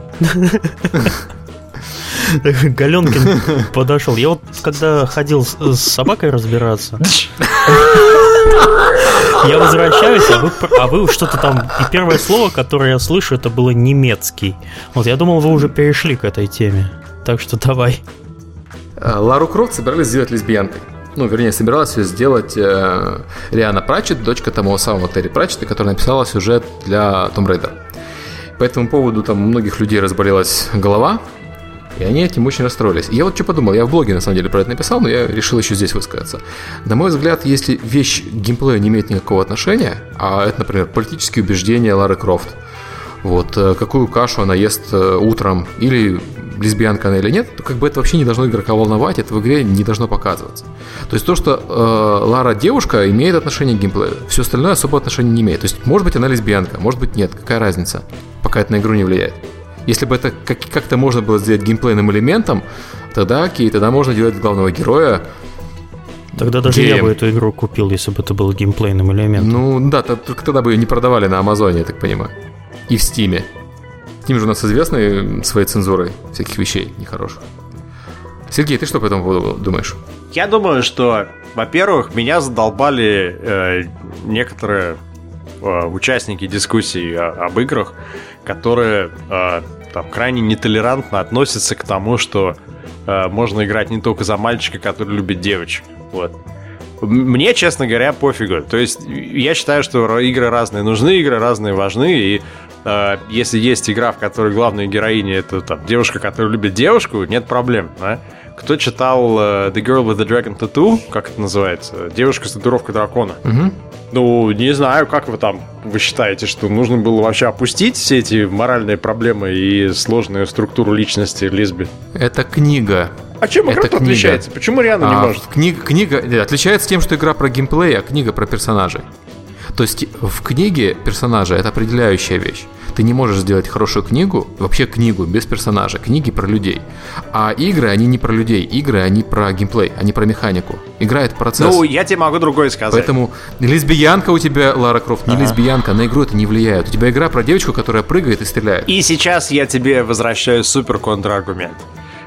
Галенкин подошел. Я вот когда ходил с собакой разбираться, я возвращаюсь, а вы что-то там... И первое слово, которое я слышу, это было немецкий. Вот я думал, вы уже перешли к этой теме. Так что давай. Лару Крофт собирались сделать лесбиянкой. Ну, вернее, собиралась ее сделать Риана Пратчетт, дочка того самого Терри Пратчетта, которая написала сюжет для Tomb Raider. По этому поводу там у многих людей разболелась голова, и они этим очень расстроились. И я вот что подумал, я в блоге на самом деле про это написал, но я решил еще здесь высказаться. На мой взгляд, если вещь к геймплею не имеет никакого отношения, а это, например, политические убеждения Лары Крофт, вот, какую кашу она ест утром, или лесбиянка она или нет, то как бы это вообще не должно игрока волновать, это в игре не должно показываться. То есть то, что Лара девушка, имеет отношение к геймплею, все остальное особого отношения не имеет. То есть может быть она лесбиянка, может быть нет, какая разница, пока это на игру не влияет. Если бы это как-то можно было сделать геймплейным элементом, тогда окей, тогда можно делать главного героя. Тогда даже я бы эту игру купил, если бы это был геймплейным элементом. Ну да, только тогда бы ее не продавали на Амазоне, я так понимаю. И в Стиме. Steam же у нас известный своей цензурой всяких вещей нехороших. Сергей, ты что по этому поводу думаешь? Я думаю, что, во-первых, меня задолбали некоторые участники дискуссий об играх, которые там крайне нетолерантно относятся к тому, что можно играть не только за мальчика, который любит девочек. Вот. Мне, честно говоря, пофигу. То есть я считаю, что игры разные нужны, игры разные важны, и если есть игра, в которой главная героиня это там девушка, которая любит девушку, нет проблем, да? Кто читал The Girl with the Dragon Tattoo, как это называется? Девушка с татуировкой дракона. Угу. Ну, не знаю, как вы считаете, что нужно было вообще опустить все эти моральные проблемы и сложную структуру личности лесби? Это книга. А чем игра отличается? Почему Риана не может? Книга отличается тем, что игра про геймплей, а книга про персонажей. То есть в книге персонажи — это определяющая вещь. Ты не можешь сделать хорошую книгу, вообще книгу без персонажа. Книги про людей. А игры, они не про людей. Игры, они про геймплей, они про механику. Игра — это процесс. Ну, я тебе могу другое сказать. Поэтому лесбиянка у тебя, Лара Крофт, не лесбиянка, на игру это не влияет. У тебя игра про девочку, которая прыгает и стреляет. И сейчас я тебе возвращаю супер контраргумент.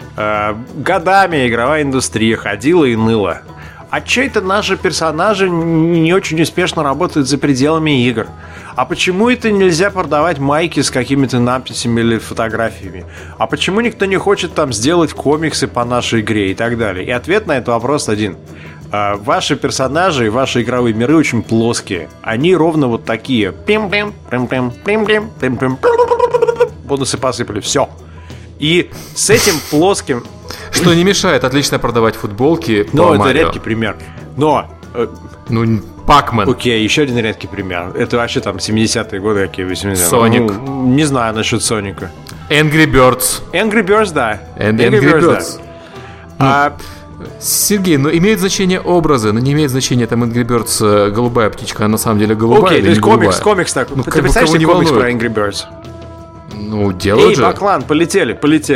Годами игровая индустрия ходила и ныла. А чё это наши персонажи не очень успешно работают за пределами игр? А почему это нельзя продавать майки с какими-то надписями или фотографиями? А почему никто не хочет там сделать комиксы по нашей игре и так далее? И ответ на этот вопрос один. Ваши персонажи и ваши игровые миры очень плоские. Они ровно вот такие. Пим-пим, пим-пим, пим-пим, пим-пим. Бонусы посыпали, все. И с этим плоским... Что не мешает отлично продавать футболки по Марио. Ну, это редкий пример. Но... Ну, Пакмен. Окей, еще один редкий пример. Это вообще там 70-е годы, какие 80-е. Соник. Ну, не знаю насчет Соника. Angry Birds. Angry Birds, да. Angry Birds. Да. Сергей, но имеет значение образы, но не имеет значения там Angry Birds голубая птичка, а на самом деле голубая. Окей, то есть комикс так. Ну, ты представляешь себе комикс про Angry Birds? Ну, делают же. Эй, Баклан, полетели.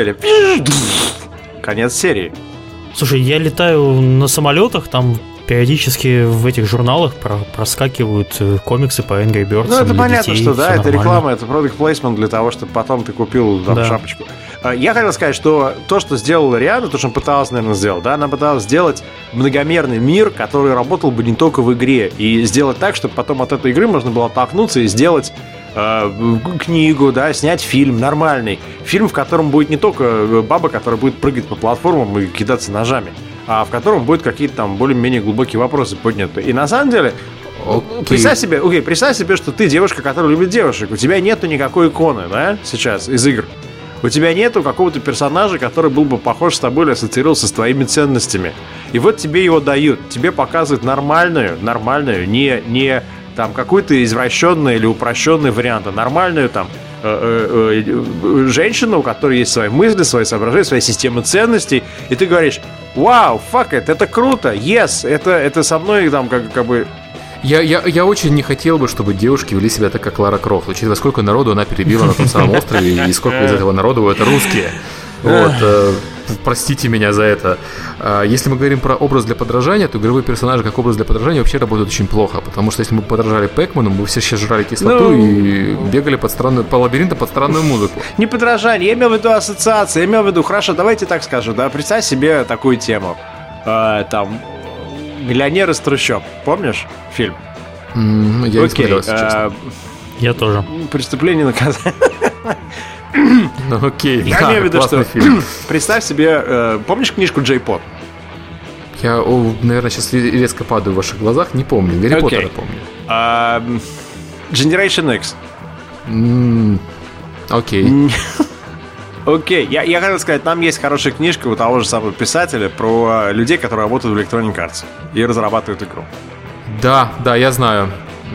Конец серии. Слушай, я летаю на самолетах, там периодически в этих журналах проскакивают комиксы по Angry Birds. Ну, это понятно, детей, что да, это нормально. реклама, это product placement для того, чтобы потом ты купил там шапочку. Я хотел сказать, что то, что сделала Риана, то, что она пыталась, наверное, сделать, да, она пыталась сделать многомерный мир, который работал бы не только в игре, и сделать так, чтобы потом от этой игры можно было оттолкнуться и сделать книгу, да, снять фильм нормальный. Фильм, в котором будет не только баба, которая будет прыгать по платформам и кидаться ножами, а в котором будут какие-то там более-менее глубокие вопросы подняты. И на самом деле, представь себе, что ты девушка, которая любит девушек. У тебя нету никакой иконы, да, сейчас из игр. У тебя нету какого-то персонажа, который был бы похож с тобой или ассоциировался с твоими ценностями. И вот тебе его дают. Тебе показывают нормальную, не там какой-то извращенный или упрощенный вариант, а нормальную там женщину, у которой есть свои мысли, свои соображения, своя система ценностей, и ты говоришь: вау, fuck it, это круто, yes, это со мной там как бы... Я очень не хотел бы, чтобы девушки вели себя так, как Лара Крофт, учитывая, сколько народу она перебила на том самом острове, и сколько из этого народу это русские. Вот, простите меня за это. Если мы говорим про образ для подражания, то игровые персонажи как образ для подражания вообще работают очень плохо, потому что если мы подражали Пэкману, мы все сейчас жрали кислоту и бегали по лабиринтам под странную музыку. Не подражание, я имел в виду ассоциации, я имел в виду, хорошо, давайте так скажу, да, представь себе такую тему, там, «Миллионер из трущоб», помнишь фильм? Я не смотрел, если честно. Я тоже. «Преступление и наказание». Ну, окей, я имею в виду, что представь себе, помнишь книжку Джей Пот? Я, наверное, сейчас резко падаю в ваших глазах, не помню. Гарри Поттера помню. Generation X. Окей. Окей, я хотел сказать, там есть хорошая книжка у того же самого писателя про людей, которые работают в Electronic Arts и разрабатывают игру. Да, я знаю.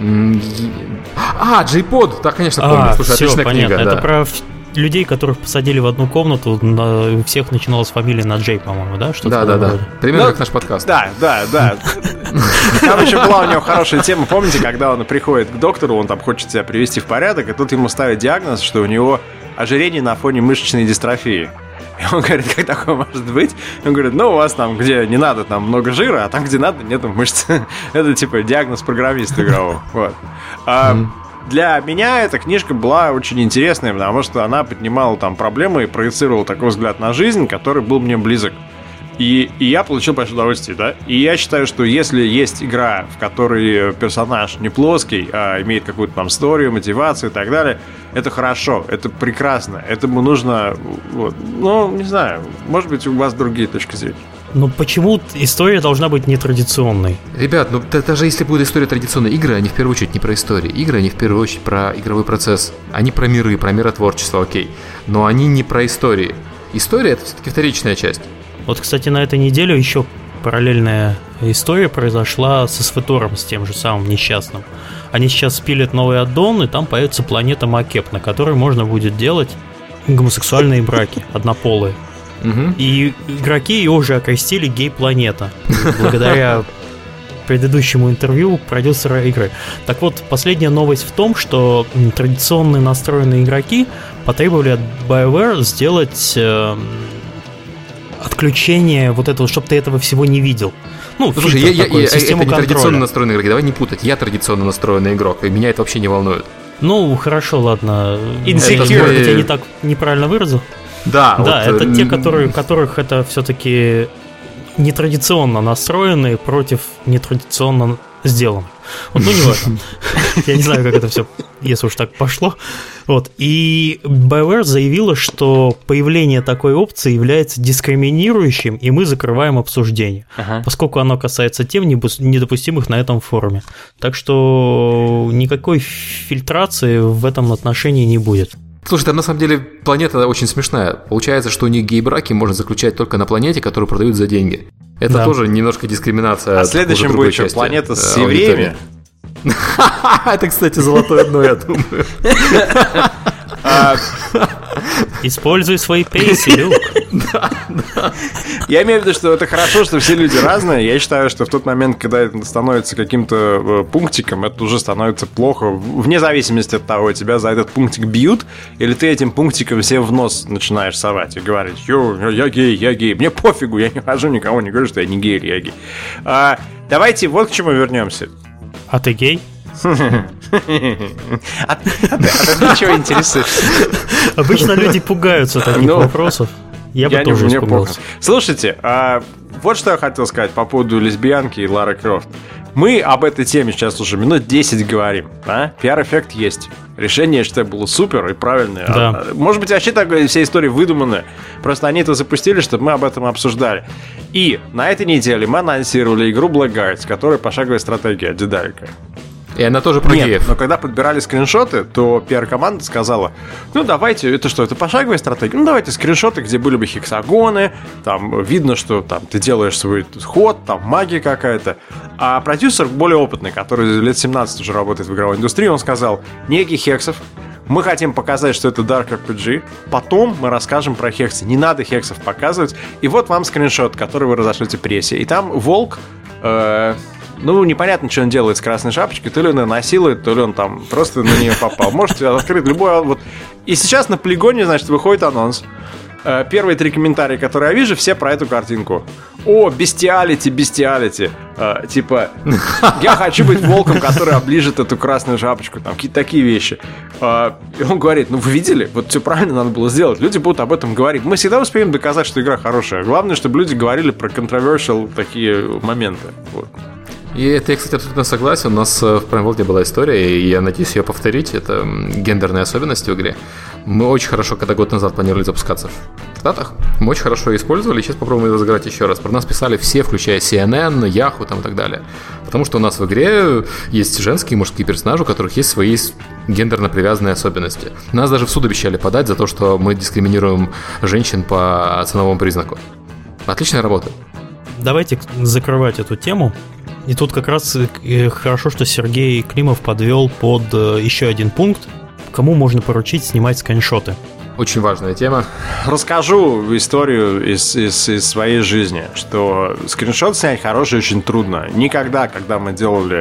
Джей Под, да, конечно, помню. Слушай, все, отличная понятно. книга. Это да. про людей, которых посадили в одну комнату, у всех начиналась фамилия на Джей, по-моему, да? Что-то да. Примерно как наш подкаст. Да. Там еще была у него хорошая тема, помните, когда он приходит к доктору, он там хочет себя привести в порядок, и тут ему ставят диагноз, что у него ожирение на фоне мышечной дистрофии. И он говорит, как такое может быть? Он говорит, ну, у вас там, где не надо, там много жира, а там, где надо, нету мышц. Это, типа, диагноз программиста игрового. Вот. Для меня эта книжка была очень интересная, потому что она поднимала там проблемы и проецировала такой взгляд на жизнь, который был мне близок. И я получил большое удовольствие, да? И я считаю, что если есть игра, в которой персонаж не плоский, а имеет какую-то там историю, мотивацию и так далее, это хорошо, это прекрасно, этому нужно, вот, ну, не знаю, может быть, у вас другие точки зрения. Ну почему история должна быть нетрадиционной? Ребят, ну даже если будет история традиционной игры, они в первую очередь не про историю. Игры, они в первую очередь про игровой процесс. Они про миры, про миротворчество, окей. Но они не про истории. История — это все-таки вторичная часть. Вот, кстати, на этой неделе еще параллельная история произошла со Светором, с тем же самым несчастным. Они сейчас спилят новый аддон, и там появится планета Макеп, на которой можно будет делать гомосексуальные браки, однополые. И игроки ее уже окрестили гей-планета, благодаря предыдущему интервью продюсера игры. Так вот, последняя новость в том, что традиционно настроенные игроки потребовали от BioWare сделать отключение вот этого, чтобы ты этого всего не видел. Ну, слушай, это не традиционно настроенные игроки, давай не путать. Я традиционно настроенный игрок, и меня это вообще не волнует. Ну, хорошо, ладно. Insecure. Я не так неправильно выразил? Да, вот, это те, которых это все-таки нетрадиционно настроенные против нетрадиционно сделанных. Вот, ну, не важно. Я не знаю, как это все, если уж так пошло. Вот. И BioWare заявила, что появление такой опции является дискриминирующим, и мы закрываем обсуждение, поскольку оно касается тем, недопустимых на этом форуме. Так что никакой фильтрации в этом отношении не будет. Слушай, там на самом деле планета очень смешная. Получается, что у них гей-браки можно заключать только на планете, которую продают за деньги. Это тоже немножко дискриминация. А следующим будет что, планета с евреями? Это, кстати, золотое дно, я думаю. Используй свои пейси, Люк. Да. Я имею в виду, что это хорошо, что все люди разные. Я считаю, что в тот момент, когда это становится каким-то пунктиком, это уже становится плохо. Вне зависимости от того, тебя за этот пунктик бьют, или ты этим пунктиком всем в нос начинаешь совать и говорить: я гей. Мне пофигу, я не хожу, никого не говорю, что я не гей или я гей. Давайте вот к чему вернемся. А ты гей? А ты чего интересуешься? Обычно люди пугаются таких вопросов. Я бы тоже испугался. Слушайте, вот что я хотел сказать по поводу лесбиянки и Лары Крофт. Мы об этой теме сейчас уже минут 10 говорим. Пиар-эффект есть. Решение, я считаю, было супер и правильное. Да. Может быть, вообще такая вся история выдуманная. Просто они это запустили, чтобы мы об этом обсуждали. И на этой неделе мы анонсировали игру Blackguards, которая пошаговая стратегия от Дедалика. И она тоже про геев. Но когда подбирали скриншоты, то пиар-команда сказала: ну давайте, это что, это пошаговая стратегия? Ну давайте скриншоты, где были бы хексагоны, там видно, что там ты делаешь свой ход, там магия какая-то. А продюсер более опытный, который лет 17 уже работает в игровой индустрии, он сказал: никаких хексов, мы хотим показать, что это Dark RPG, потом мы расскажем про хексы. Не надо хексов показывать. И вот вам скриншот, который вы разошлете прессе. И там волк... Ну, непонятно, что он делает с красной шапочкой. То ли он ее насилует, то ли он там просто на нее попал. Можете открыть любой... Вот. И сейчас на полигоне, значит, выходит анонс. Первые 3 комментария, которые я вижу, все про эту картинку. О, бестиалити. Типа, я хочу быть волком, который оближет эту красную шапочку. Там какие-то такие вещи. И он говорит: ну вы видели? Вот все правильно надо было сделать. Люди будут об этом говорить. Мы всегда успеем доказать, что игра хорошая. Главное, чтобы люди говорили про controversial такие моменты. Вот. И это я, кстати, абсолютно согласен. У нас в Prime World была история, и я надеюсь ее повторить. Это гендерные особенности в игре. Мы очень хорошо, когда год назад планировали запускаться в Штатах, мы очень хорошо ее использовали. Сейчас попробуем ее разыграть еще раз. Про нас писали все, включая CNN, Yahoo там, и так далее. Потому что у нас в игре есть женские и мужские персонажи, у которых есть свои гендерно привязанные особенности. Нас даже в суд обещали подать за то, что мы дискриминируем женщин по ценовому признаку. Отличная работа. Давайте закрывать эту тему. И тут как раз хорошо, что Сергей Климов подвел под еще один пункт: кому можно поручить снимать скриншоты. Очень важная тема. Расскажу историю из своей жизни, что скриншот снять хороший очень трудно. Никогда, когда мы делали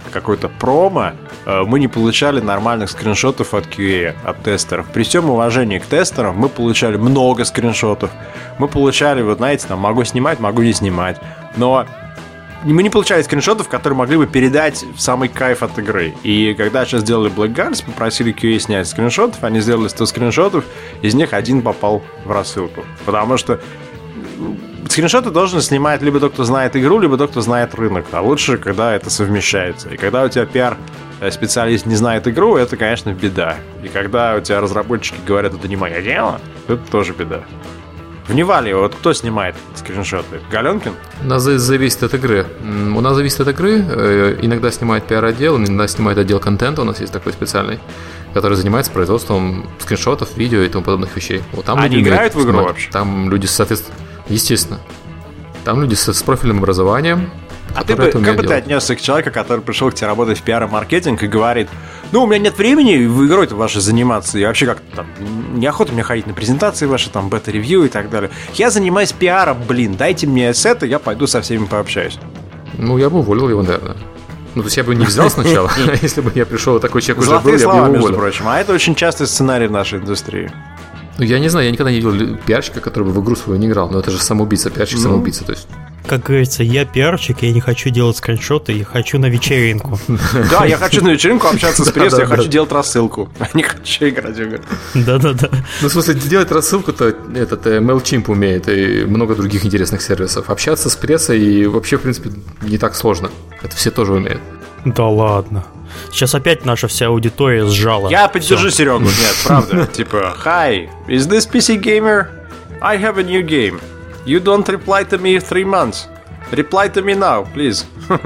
какой-то промо, мы не получали нормальных скриншотов от QA, от тестеров. При всем уважении к тестерам мы получали много скриншотов. Мы получали, вот знаете, там, могу снимать, могу не снимать. Но мы не получали скриншотов, которые могли бы передать самый кайф от игры. И когда сейчас сделали Black Guards, попросили QA снять скриншотов, они сделали 100 скриншотов, из них один попал в рассылку. Потому что скриншоты должен снимать либо тот, кто знает игру, либо тот, кто знает рынок. А лучше, когда это совмещается. И когда у тебя пиар-специалист не знает игру, это, конечно, беда. И когда у тебя разработчики говорят, это не мое дело, это тоже беда. В Невале вот кто снимает скриншоты? Галенкин? У нас зависит от игры. У нас зависит от игры. Иногда снимает пиар-отдел, иногда снимает отдел контента. У нас есть такой специальный, который занимается производством скриншотов, видео и тому подобных вещей. Вот там они играют в игру вообще? Там люди, соответственно, естественно. Там люди с профильным образованием. А ты бы, как бы ты отнесся к человеку, который пришел к тебе работать в пиар-маркетинг и говорит: ну, у меня нет времени в игрой-то вашей заниматься, и вообще как-то там неохота мне ходить на презентации ваши, там, бета-ревью и так далее. Я занимаюсь пиаром, блин, дайте мне сеты, я пойду со всеми пообщаюсь. Ну, я бы уволил его, наверное. Ну, то есть я бы не взял сначала, если бы я пришел, такой человек уже был, я бы его уволил. Между прочим, а это очень частый сценарий в нашей индустрии. Ну, я не знаю, я никогда не видел пиарщика, который бы в игру свою не играл, но это же самоубийца, пиарщик-самоубийца, то есть. Как говорится, я пиарщик, я не хочу делать скриншоты, я хочу на вечеринку. Да, я хочу на вечеринку общаться с прессой, я хочу делать рассылку, а не хочу играть в игры. Да-да-да. Ну, в смысле, делать рассылку-то этот MailChimp умеет и много других интересных сервисов. Общаться с прессой и вообще, в принципе, не так сложно. Это все тоже умеют. Да ладно. Сейчас опять наша вся аудитория сжала. Я поддержу Серегу, нет, правда. Типа, hi, is this PC gamer? I have a new game. You don't reply to me in 3 months. Reply to me now, please.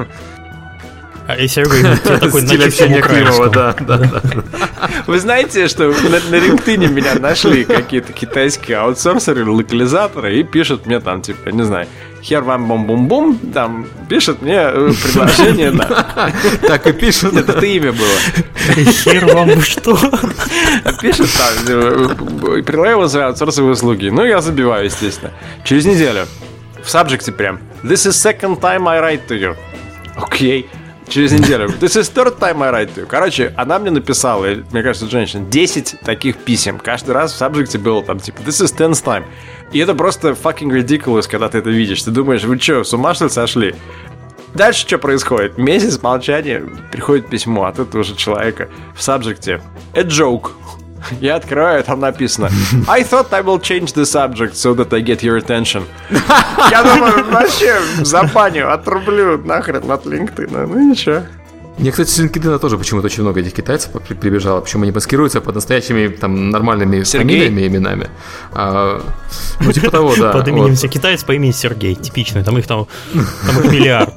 И Серега, у тебя такой стиль общения Климова, да. Вы знаете, что на LinkedIn меня нашли какие-то китайские аутсорсеры, локализаторы, и пишут мне там, типа, не знаю, хер вам бум-бум-бум, там, пишут мне предложение, да. Так и пишут. Это имя было. Хер вам что? Пишут там, предлагаю свои аутсорсовые услуги. Ну, я забиваю, естественно. Через неделю. В сабжекте прям. This is second time I write to you. Окей. Через неделю. This is third time I write to you. Короче, она мне написала, мне кажется, женщина, 10 таких писем. Каждый раз в сабжекте было там, типа, this is 10th time. И это просто fucking ridiculous, когда ты это видишь. Ты думаешь, вы что, с ума что ли сошли? Дальше что происходит? Месяц молчания, приходит письмо от этого же человека в сабжекте. A joke. Я открываю, там написано: I thought I will change the subject so that I get your attention. Я думаю, вообще забаню, отрублю нахрен от LinkedIn. Ну ничего. Мне, кстати, с LinkedIn тоже почему-то очень много этих китайцев прибежало. Причем они маскируются под настоящими там нормальными фамилиями и именами. Ну, типа того, да. Под именем все китаец по имени Сергей. Типичный. Там их миллиард.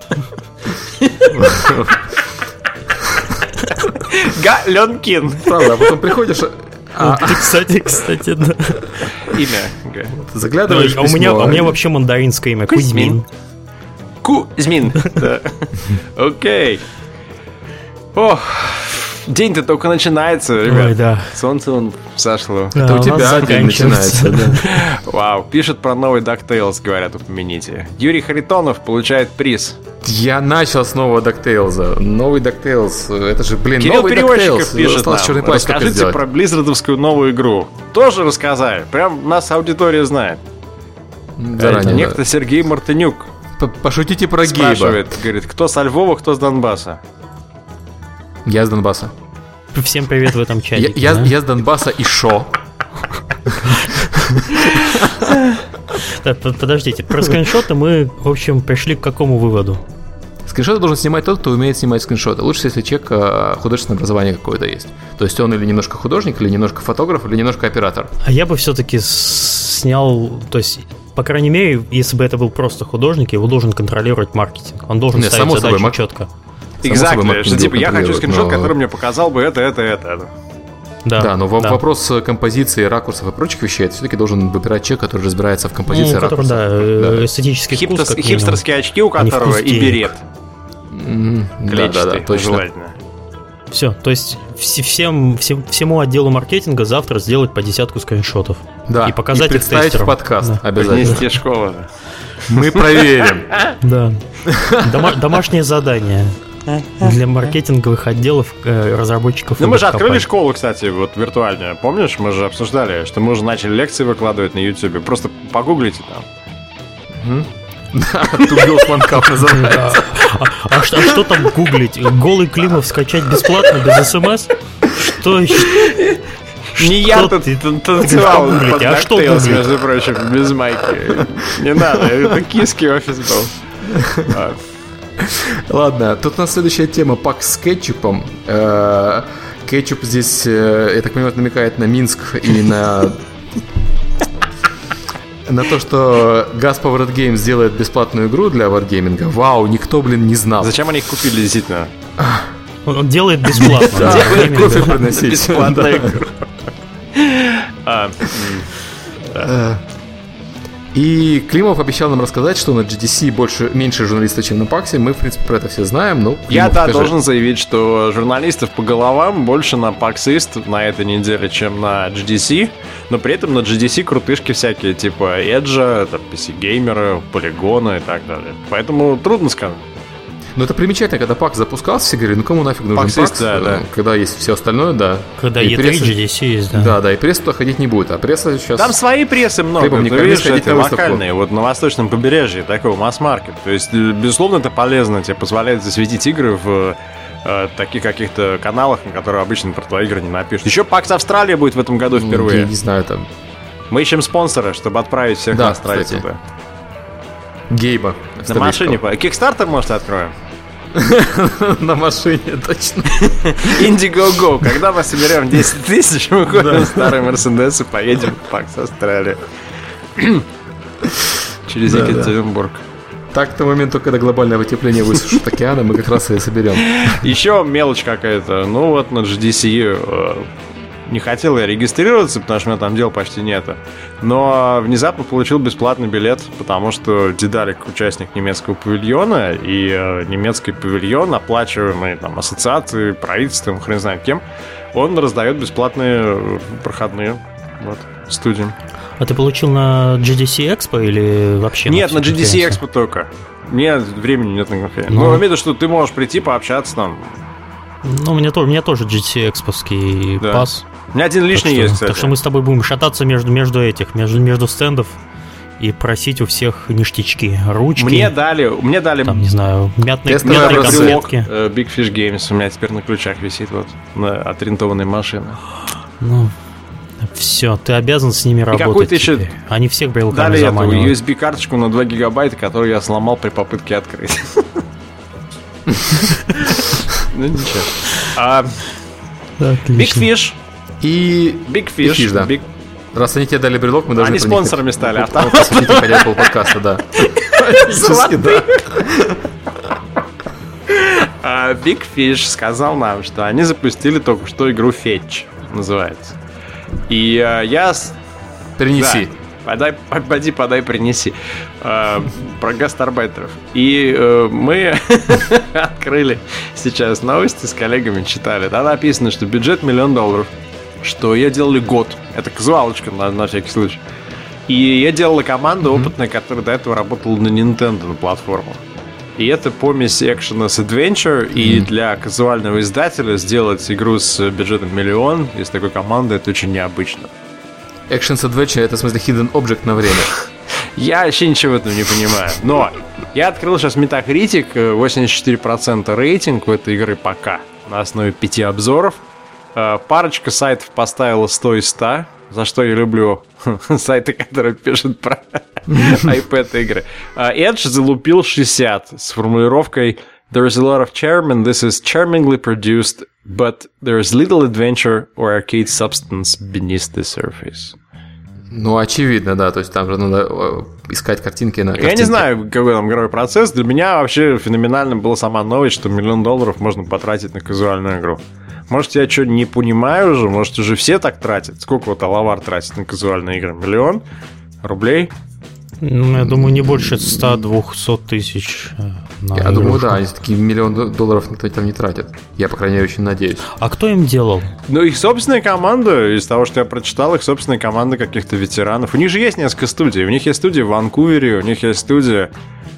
Галенкин. Правда, а потом приходишь... Кстати, да. Имя. Заглядываешь в письмо. У меня вообще мандаринское имя. Кузьмин. Кузьмин. Окей. Ох, день-то только начинается, ребят. Ой, да. Солнце вон зашло. Это у тебя день начинается. Вау, пишет про новый DuckTales, говорят, упомяните. Юрий Харитонов получает приз. Я начал с нового DuckTales. Новый DuckTales, это же, блин, Кирилл новый Перевозчиков DuckTales. Пишет нам, расскажите про близзардовскую новую игру. Тоже рассказали, прям нас аудитория знает. Заранее, некто Сергей Мартынюк пошутите про Гейба. Спрашивает, говорит, кто со Львова, кто с Донбасса. Я с Донбасса. Всем привет в этом чате. Я с Донбасса и шо? Подождите, про скриншоты мы, в общем, пришли к какому выводу? Скриншоты должен снимать тот, кто умеет снимать скриншоты. Лучше, если человек художественное образование какое-то есть. То есть он или немножко художник, или немножко фотограф, или немножко оператор. А я бы все-таки снял, то есть, по крайней мере, если бы это был просто художник, его должен контролировать маркетинг. Он должен ставить задачу четко. Exactly, что типа я хочу скриншот, который мне показал бы это. Да, но вопрос композиции, ракурсов и прочих вещей, это все-таки должен выбирать человек, который разбирается в композиции ракурсов. Да, эстетический вкус. Хипстерские очки у которого и берет. Да, точно. Желательно. Все, то есть всему отделу маркетинга завтра сделать по 10 скриншотов. Да, и показать и представить их в подкаст обязательно. Принести школу. Мы проверим. Да. Домашнее задание. Для маркетинговых отделов разработчиков. Ну, мы же открыли школу, кстати, вот виртуальную. Помнишь, мы же обсуждали, что мы уже начали лекции выкладывать на YouTube. Просто погуглите там. Да, Тугел Фанкап называется. А что там гуглить? Голый Климов скачать бесплатно, без СМС? Что еще? Не я тут танцевал под DuckTales, между прочим, без майки. Не надо, это киевский офис был. Ладно, тут у нас следующая тема. Пак с кетчупом. Кетчуп здесь, я так понимаю, намекает на Минск и на то, что Gas Powered Games сделает бесплатную игру для варгейминга. Вау, никто, не знал. Зачем они их купили, действительно? Он делает бесплатно. Делает кофе приносить. Бесплатную игру. И Климов обещал нам рассказать, что на GDC меньше журналистов, чем на PAX. Мы, в принципе, про это все знаем. Но я должен заявить, что журналистов по головам больше на PAX East на этой неделе, чем на GDC. Но при этом на GDC крутышки всякие, типа Edge, PC-геймеры, полигоны и так далее. Поэтому трудно сказать. Но это примечательно, когда PAX запускался, все говорили, ну кому нафиг нужен PAX, да. Когда есть все остальное, да. Когда E3, GDC есть, да. Да, и пресса туда ходить не будет, а пресса сейчас... Там свои прессы много, ты видишь, эти локальные, вот на восточном побережье, такой масс-маркет. То есть, безусловно, это полезно, тебе позволяет засветить игры в таких каких-то каналах, на которые обычно про твои игры не напишут. Еще PAX Австралия будет в этом году впервые. Я не знаю, там... Мы ищем спонсора, чтобы отправить всех на Австралию туда. Гейба. На машине. Кикстартер, может, откроем? На машине, точно. Indiegogo. Когда мы соберем 10 тысяч, мы купим старый Мерседес и поедем в PAX Австралию. Через Екатеринбург. Так, к тому моменту, когда глобальное вытепление высушит океана, мы как раз и соберем. Еще мелочь какая-то. Ну вот на GDC не хотел я регистрироваться, потому что у меня там дел почти нету. Но внезапно получил бесплатный билет, потому что Дедалик участник немецкого павильона, и немецкий павильон, оплачиваемый там ассоциацией, правительством, хрен знает кем, он раздает бесплатные проходные студиям. А ты получил на GDC Expo или вообще? Нет, на GDC Expo только. Мне времени нет на конференцию. Ну, имею в виду, что ты можешь прийти пообщаться там. Ну, у меня тоже GDC Expo-ский пас. У меня один лишний есть, кстати. Так что мы с тобой будем шататься между стендов и просить у всех ништячки, ручки. Мне дали там, не знаю, мятные конфетки. Big Fish Games у меня теперь на ключах висит на отринтованной машине. Ну, все, ты обязан с ними работать. Какой-то еще... Они всех брелками заманивают. Дали эту USB-карточку на 2 гигабайта, которую я сломал при попытке открыть. Ну ничего. Big Fish. И Big Fish, да. Раз они тебе дали брелок, мы должны... Они спонсорами стали. Посмотрите, хотя бы подкаста, да. Big Fish сказал нам, что они запустили только что игру Fetch, называется. И я... Принеси. Подай, принеси. Про гастарбайтеров. И мы открыли сейчас новости с коллегами, читали. Там написано, что бюджет $1 миллион, что ее делали год. Это казуалочка на всякий случай. И я делала команду опытная, которая до этого работала на Nintendo, на платформу. И это помесь экшена с Adventure. И для казуального издателя сделать игру с бюджетом $1 миллион из такой команды, это очень необычно. Action Adventure — это, в смысле, Hidden Object на время. Я вообще ничего в этом не понимаю. Но я открыл сейчас Metacritic, 84% рейтинг у этой игры пока. На основе 5 обзоров. Парочка сайтов поставила 100 из 100, за что я люблю сайты, которые пишут про iPad игры. Edge залупил 60 с формулировкой "There's a lot of charm and this is charmingly produced, but there's little adventure or arcade substance beneath the surface". Ну, очевидно, да, то есть там же надо искать картинки на картинке. Я не знаю, какой там игровой процесс. Для меня вообще феноменально была сама новость, что $1 миллион можно потратить на казуальную игру. Может, я что, не понимаю уже? Может, уже все так тратят? Сколько вот Алавар тратит на казуальные игры? $1 миллион рублей? Ну, я думаю, не больше 100-200 тысяч. Я думаю, да, они такие $1 миллион никто там не тратит. Я, по крайней мере, очень надеюсь. А кто им делал? Ну, их собственная команда, из того, что я прочитал, их собственная команда каких-то ветеранов. У них же есть несколько студий. У них есть студия в Ванкувере, у них есть студия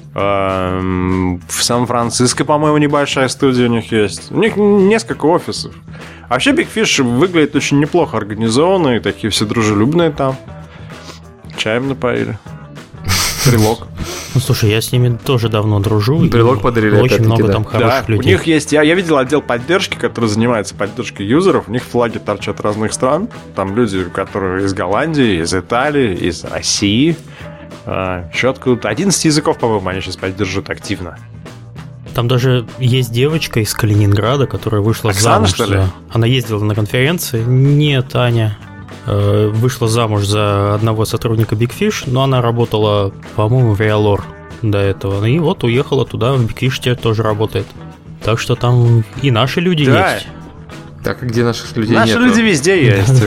В Сан-Франциско, по-моему, небольшая студия у них есть. У них несколько офисов. Вообще Big Fish выглядит очень неплохо организованно, и такие все дружелюбные там. Чаем напоили. Брелок. Ну, слушай, я с ними тоже давно дружу. Брелок подарили. Очень много там хороших людей. У них есть... Я видел отдел поддержки, который занимается поддержкой юзеров. У них флаги торчат разных стран. Там люди, которые из Голландии, из Италии, из России. Четко. 11 языков, по-моему, они сейчас поддерживают активно. Там даже есть девочка из Калининграда, которая вышла Оксана, замуж. что ли? Она ездила на конференции. Нет, Аня. Вышла замуж за одного сотрудника Big Fish, но она работала, по-моему, в Realor до этого. И вот уехала туда, в Big Fish теперь тоже работает. Так что там и наши люди есть. Так, а где наших людей нет? Наши люди везде есть.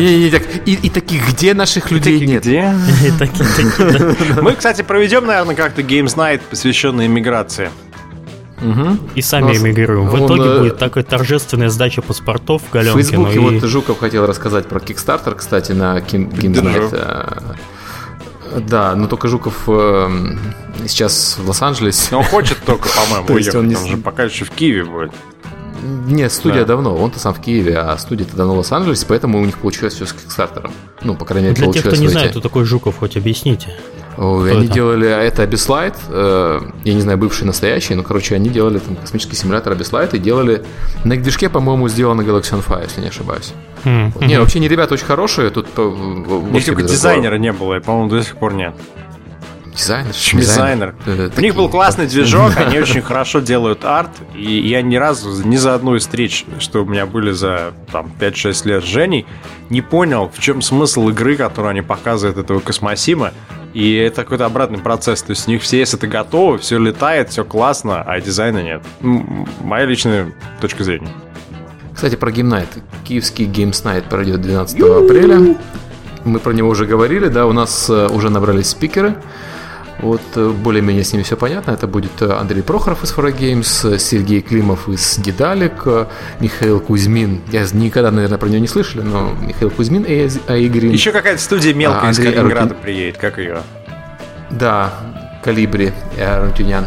И таких, где наших людей нет? Где? Мы, кстати, проведем, наверное, как-то Games Night, посвященный иммиграции. И сами эмигрируем. В итоге будет такая торжественная сдача паспортов в Галенкино. В Фейсбуке вот Жуков хотел рассказать про Kickstarter, кстати, на Games Night. Да, но только Жуков сейчас в Лос-Анджелесе. Он хочет только, по-моему, уехать. Он же пока еще в Киеве будет. Нет, студия давно. Он-то сам в Киеве, а студия-то давно в Лос-Анджелесе, поэтому у них получилось все с Kickstarter. Ну, по крайней мере, для получилось. Для тех, кто не знает, кто такой Жуков, хоть объясните. Они делали это Abysslight, я не знаю, бывший, настоящий, но, короче, они делали там космический симулятор Abysslight и делали на их движке, по-моему, сделано Galaxy on Fire, если не ошибаюсь. Не, вообще не ребята очень хорошие, тут... Их только дизайнера не было, и, по-моему, до сих пор нет. Дизайнер. У них был классный движок, они очень хорошо делают арт, и я ни разу, ни за одну из встреч, что у меня были за там 5-6 лет с Женей, не понял, в чем смысл игры, которую они показывают, этого космосима. И это какой-то обратный процесс. То есть у них все, если это готово, все летает, все классно, а дизайна нет. Моя личная точка зрения. Кстати, про Game Night. Киевский Games Night пройдет 12 апреля. Мы про него уже говорили, да, у нас уже набрались спикеры. Вот более-менее с ними все понятно. Это будет Андрей Прохоров из Fora Games, Сергей Климов из Дедалик, Михаил Кузьмин. Я никогда, наверное, про него не слышали, но Михаил Кузьмин и Аигрин. Еще какая-то студия мелкая из Калининграда приедет, как ее? Да, Калибри и Арантюнян.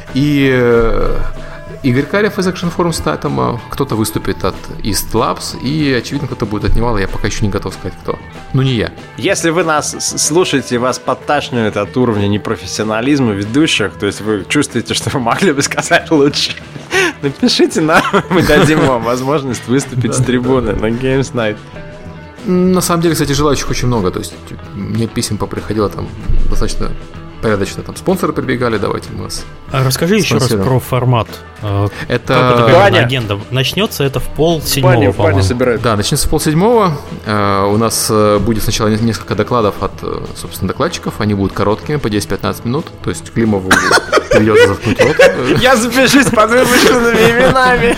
И Игорь Карев из Action Forums, там кто-то выступит от East Labs, и, очевидно, кто-то будет от Невала, я пока еще не готов сказать, кто. Ну, не я. Если вы нас слушаете, вас подташнивает от уровня непрофессионализма ведущих, то есть вы чувствуете, что вы могли бы сказать лучше, напишите нам, мы дадим вам возможность выступить с трибуны на Games Night. На самом деле, кстати, желающих очень много, то есть мне писем поприходило там достаточно... порядочно, там спонсоры прибегали, давайте мы вас. Расскажи еще раз про формат. Это агенда. Начнется это в 6:30, по-моему. Собирает. Да, начнется в 6:30. У нас будет сначала несколько докладов от, собственно, докладчиков. Они будут короткими, по 10-15 минут. То есть Климову придется заткнуть рот. Я запишусь под вымышленными именами.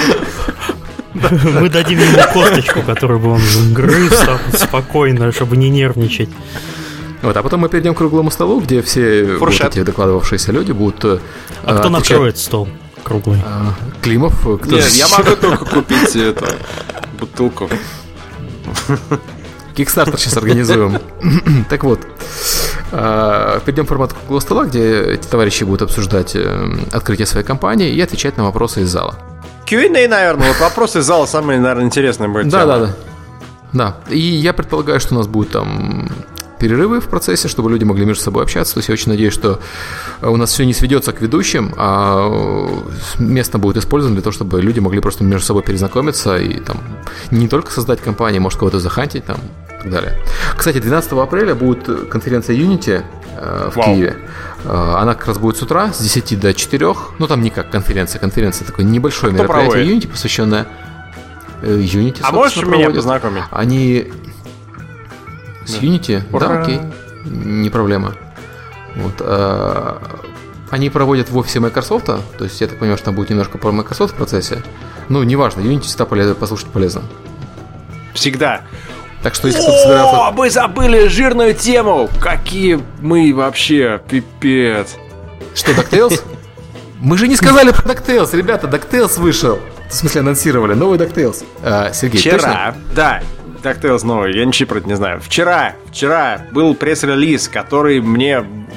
Мы дадим ему косточку, которую бы он грыз спокойно, чтобы не нервничать. Вот, а потом мы перейдем к круглому столу, где все вот эти докладывавшиеся люди будут... кто накроет стол круглый? Климов. Нет, я могу только купить эту бутылку. Kickstarter сейчас организуем. Так вот, перейдем в формат круглого стола, где эти товарищи будут обсуждать открытие своей компании и отвечать на вопросы из зала. Q&A, наверное. Вот вопросы из зала самые, наверное, интересные будет. Да. И я предполагаю, что у нас будет там... перерывы в процессе, чтобы люди могли между собой общаться. То есть я очень надеюсь, что у нас все не сведется к ведущим, а место будет использовано для того, чтобы люди могли просто между собой перезнакомиться и там не только создать компанию, может кого-то захантить там и так далее. Кстати, 12 апреля будет конференция Unity в Киеве. Она как раз будет с утра с 10 до 4. Ну там не как конференция, такое небольшое мероприятие Unity, посвященное Unity. А можешь меня познакомить? Они... С Unity? Ура. Да, окей. Не проблема. Вот, они проводят в офисе Microsoft, то есть я так понимаю, что там будет немножко про Microsoft в процессе. Ну, неважно, Unity всегда послушать полезно. Всегда. Так что если кто-то собирался... О, мы забыли жирную тему! Какие мы вообще, пипец. Что, DuckTales? Мы же не сказали про DuckTales, ребята, DuckTales вышел. В смысле, анонсировали новый DuckTales. Сергей, вчера, точно? Да. DuckTales новый, я ничего про это не знаю. Вчера был пресс-релиз, который мне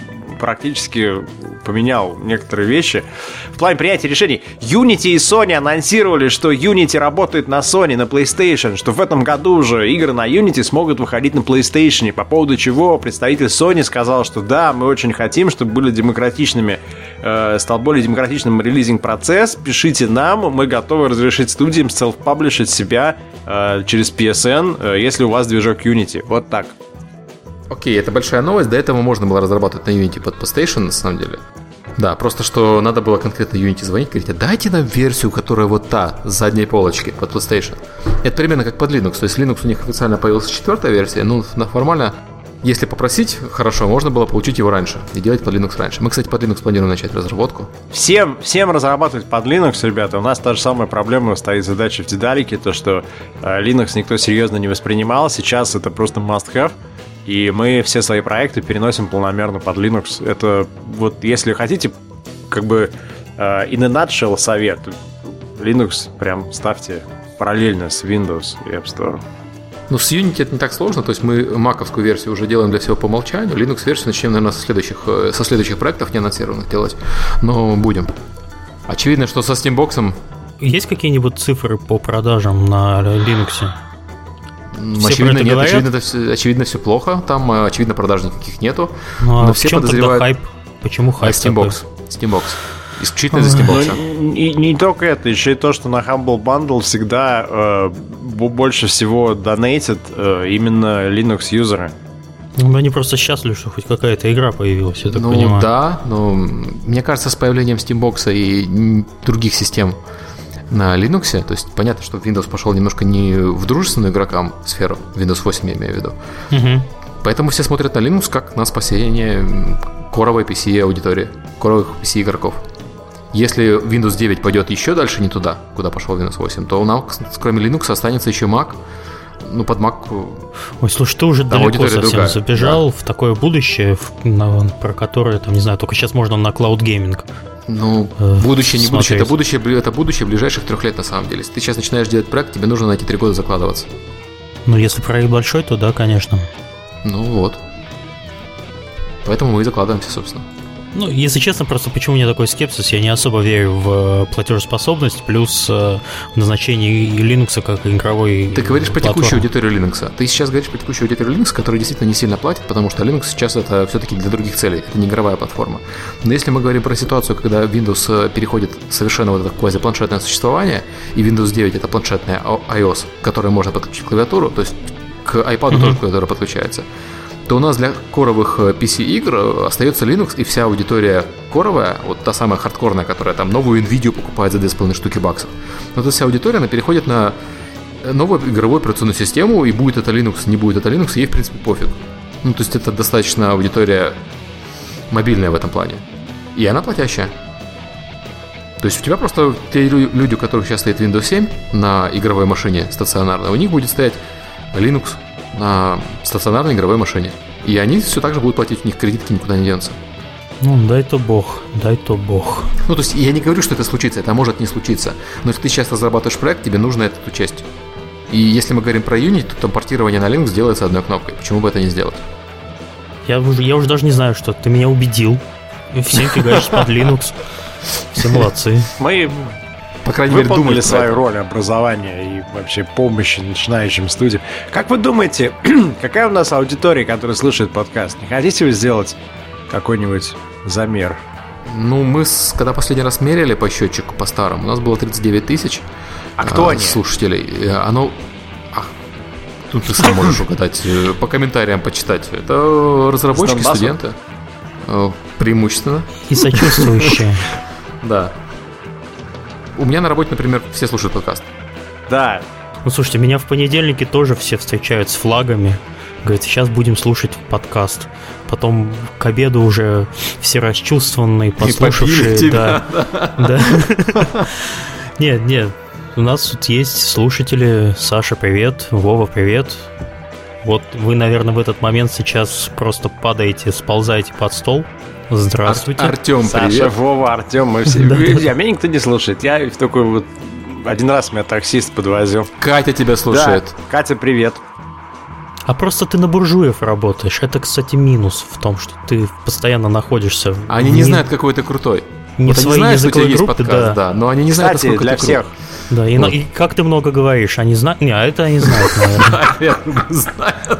практически поменял некоторые вещи в плане принятия решений. Unity и Sony анонсировали, что Unity работает на Sony, на PlayStation, что в этом году уже игры на Unity смогут выходить на PlayStation, по поводу чего представитель Sony сказал, что да, мы очень хотим, чтобы были демократичными, стал более демократичным релизинг-процесс, пишите нам, мы готовы разрешить студиям селф-паблишить себя через PSN, если у вас движок Unity. Вот так. Окей, это большая новость. До этого можно было разрабатывать на Unity под PlayStation, на самом деле. Да, просто что надо было конкретно Unity звонить, говорить, а дайте нам версию, которая вот та, с задней полочки, под PlayStation. Это примерно как под Linux. То есть Linux у них официально появилась 4-я версия, ну, формально, если попросить, хорошо, можно было получить его раньше и делать под Linux раньше. Мы, кстати, под Linux планируем начать разработку. Всем разрабатывать под Linux, ребята. У нас та же самая проблема стоит задача в Дедалике, то, что Linux никто серьезно не воспринимал. Сейчас это просто must-have. И мы все свои проекты переносим полномерно под Linux. Это вот, если хотите, как бы in a nutshell совет. Linux прям ставьте параллельно с Windows и App Store. Ну, с Unity это не так сложно. То есть мы маковскую версию уже делаем для всего по умолчанию. Linux-версию начнем, наверное, со следующих проектов не анонсированных делать. Но будем. Очевидно, что со Steambox... Есть какие-нибудь цифры по продажам на Linux? Очевидно, нет, очевидно, все плохо. Там, очевидно, продаж никаких нету. Но все подозревают... хайп? Почему хайп? Steambox. Исключительно из-за Steambox. И не только это, еще и то, что на Humble Bundle всегда больше всего донейтят именно Linux-юзеры. Ну, они просто счастливы, что хоть какая-то игра появилась, я так понимаю. Ну да, но мне кажется, с появлением Steambox и других систем на Linux, то есть понятно, что Windows пошел немножко не в дружественную игрокам сферу, Windows 8 я имею в виду. Угу. Поэтому все смотрят на Linux как на спасение коровой PC аудитории, коровых PC игроков. Если Windows 9 пойдет еще дальше не туда, куда пошел Windows 8, то у нас, кроме Linux, останется еще Mac. Ну, под Mac... Ой, слушай, ты уже далеко совсем забежал в такое будущее, про которое, там, не знаю, только сейчас можно на Cloud Gaming. Ну, будущее, не будущее, это будущее ближайших 3 лет на самом деле. Если ты сейчас начинаешь делать проект, тебе нужно на эти 3 года закладываться. Ну, если проект большой, то да, конечно. Ну вот. Поэтому мы и закладываемся, собственно. Ну, если честно, просто почему у меня такой скепсис, я не особо верю в платежеспособность, плюс в назначение Linux как игровой Ты говоришь платформы. Про текущую аудиторию Linux. Ты сейчас говоришь про текущую аудиторию Linux, которая действительно не сильно платит, потому что Linux сейчас это все-таки для других целей, это не игровая платформа. Но если мы говорим про ситуацию, когда Windows переходит совершенно вот это квазипланшетное существование, и Windows 9 это планшетная iOS, к которой можно подключить клавиатуру, то есть к iPad тоже клавиатура подключается, то у нас для коровых PC-игр остается Linux, и вся аудитория коровая, вот та самая хардкорная, которая там новую NVIDIA покупает за 2,5 штуки баксов, но эта вся аудитория, она переходит на новую игровую операционную систему, и будет это Linux, не будет это Linux, ей в принципе пофиг. Ну, то есть это достаточно аудитория мобильная в этом плане. И она платящая. То есть у тебя просто те люди, у которых сейчас стоит Windows 7 на игровой машине стационарной, у них будет стоять Linux на стационарной игровой машине. И они все так же будут платить, у них кредитки никуда не денутся. Ну, дай-то бог. Ну, то есть я не говорю, что это случится, это может не случиться. Но если ты сейчас разрабатываешь проект, тебе нужно это учесть. И если мы говорим про Unity, то там портирование на Linux делается одной кнопкой. Почему бы это не сделать? Я уже даже не знаю, что ты меня убедил. Всем фигаешь под Linux. Все молодцы. Мы... По крайней мере, думали свою роль образования и вообще помощи начинающим студиям. Как вы думаете, какая у нас аудитория, которая слушает подкаст? Не хотите вы сделать какой-нибудь замер? Ну, мы, когда последний раз меряли по счетчику, по старому, у нас было 39 тысяч кто они? Слушателей. Оно... Тут ты сам можешь угадать, по комментариям почитать. Это разработчики, студенты. Преимущественно. И сочувствующие. Да. У меня на работе, например, все слушают подкаст. Да. Ну, слушайте, меня в понедельнике тоже все встречают с флагами. Говорят, сейчас будем слушать подкаст. Потом к обеду уже все расчувствованные, послушавшие. Да. Нет. У нас тут есть слушатели. Саша, привет. Вова, привет. Вот вы, наверное, в этот момент сейчас просто падаете, сползаете под стол. Здравствуйте. Артем, привет. Саша, Вова, Артем, мы все. Меня никто не слушает. Я в такой вот... Один раз меня таксист подвозил. Катя тебя слушает. Да, Катя, привет. А просто ты на буржуев работаешь. Это, кстати, минус в том, что ты постоянно находишься... Они не знают, какой ты крутой. Не вот в они своей знают, что у тебя есть группе, подкаст, да, но они не знают, кстати, насколько для ты всех. крут. Да, и как ты много говоришь, они знают... Не, это они знают, наверное. Знают.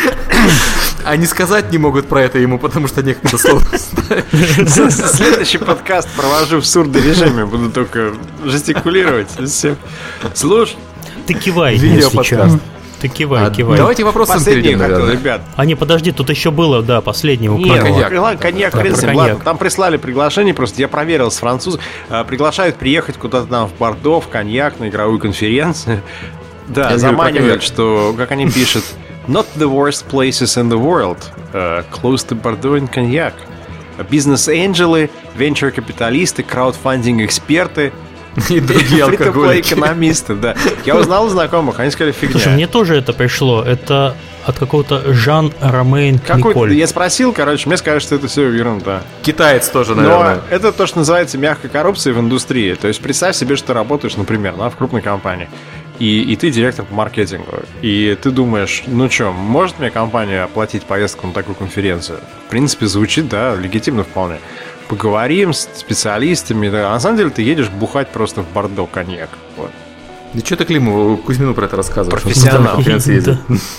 Они сказать не могут про это ему, потому что некогда слово знают. Следующий подкаст провожу в сурдорежиме, буду только жестикулировать. Слушай, Ты кивай, если что. Ты кивай. Давайте вопросом последний перейдем, хотел, наверное. ребят. А не, подожди, тут еще было, да, последнего. Нет, коньяк. коньяк, Да, хрен с про ним. коньяк. Ладно, там прислали приглашение, просто я проверил с французов. Приглашают приехать куда-то там в Бордо, в коньяк, на игровую конференцию. Да, Я заманивают, что, как они пишут, not the worst places in the world, close to Bordeaux and коньяк. Бизнес-энджелы, венчур-капиталисты, краудфандинг-эксперты, И другие алкоголики. экономисты, да. Я узнал у знакомых, они сказали, фигня. Слушай, мне тоже это пришло. Это от какого-то Жан-Ромейн Николь. Я спросил, мне сказали, что это все ерунда. Китаец тоже, Но наверное. это то, что называется мягкой коррупцией в индустрии. То есть представь себе, что ты работаешь, например, в крупной компании, и ты директор по маркетингу. И ты думаешь, ну что, может мне компания оплатить поездку на такую конференцию? В принципе, звучит, да, легитимно вполне. Поговорим с специалистами. Да. А на самом деле ты едешь бухать просто в Бордо коньяк. Вот. Да что ты Климову, Кузьмину про это рассказываешь? Профессионал. Он на конференции ездит.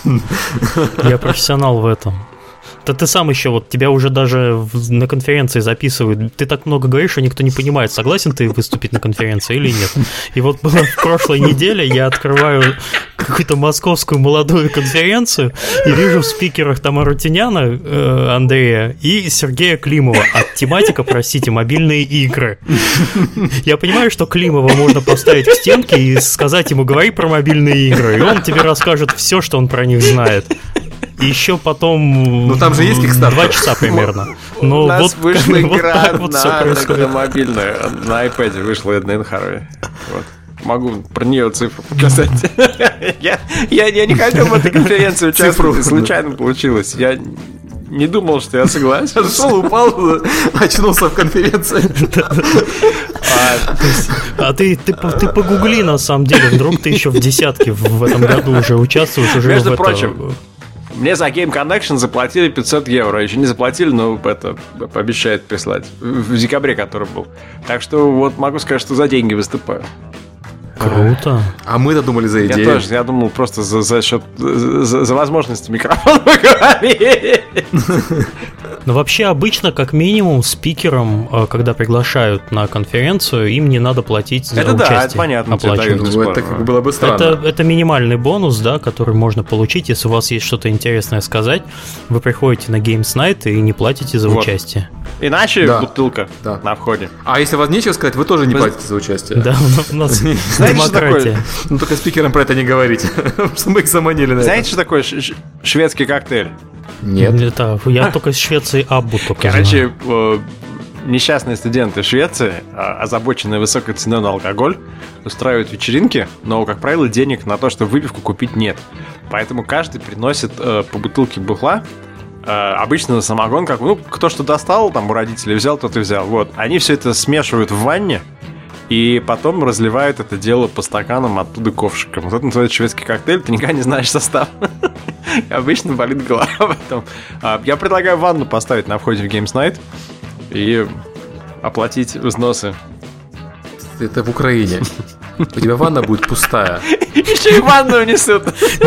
Я профессионал в этом. Да ты сам еще, вот тебя уже даже на конференции записывают. Ты так много говоришь, что никто не понимает, согласен ты выступить на конференции или нет. И вот было в прошлой неделе, я открываю какую-то московскую молодую конференцию и вижу в спикерах там Арутюняна Андрея и Сергея Климова. А тематика, простите, мобильные игры. Я понимаю, что Климова можно поставить к стенке и сказать ему, говори про мобильные игры, и он тебе расскажет все, что он про них знает. И еще потом... Ну там же есть Kickstarter. 2 часа примерно. У нас вышла игра вот всё происходит. мобильная. На iPad вышла Эдна Харви. Вот. Могу про нее цифру показать. Я не хотел в этой конференции участвовать, случайно получилось. Я не думал, что я согласен. Шел, упал, очнулся в конференции. А ты погугли, на самом деле. Вдруг ты еще в десятке в этом году уже участвуешь. Между прочим, мне за Game Connection заплатили 500 евро. Еще не заплатили, но это пообещают прислать. В декабре, который был. Так что вот могу сказать, что за деньги выступаю. Круто. А мы-то думали за идею. Я тоже, я думал просто за счет, за возможности микрофона поговорить. Но вообще обычно, как минимум, спикерам, когда приглашают на конференцию, им не надо платить за это участие. Да, это понятно. Это как бы было бы странно. Это минимальный бонус, да, который можно получить, если у вас есть что-то интересное сказать. Вы приходите на Games Night и не платите за участие. Иначе Да. бутылка Да. на входе. А если у вас нечего сказать, вы тоже не платите за участие. Да, у нас Знаете, что демократия. такое? Ну только спикерам про это не говорите, что мы их заманили на Знаете, что такое шведский коктейль? Нет. Это, я только из Швеции Аббу только знаю. Короче, несчастные студенты Швеции, озабоченные высокой ценой на алкоголь, устраивают вечеринки, но, как правило, денег на то, чтобы выпивку купить, нет. Поэтому каждый приносит по бутылке бухла. Обычно на самогон, как кто что достал, там у родителей взял, тот и взял. Вот. Они все это смешивают в ванне и потом разливают это дело по стаканам оттуда ковшиком. Вот это называется шведский коктейль, ты никогда не знаешь состав. Обычно болит голова потом. Я предлагаю ванну поставить на входе в Games Night и оплатить взносы. Это в Украине. У тебя ванна будет пустая. Еще и ванну унесут.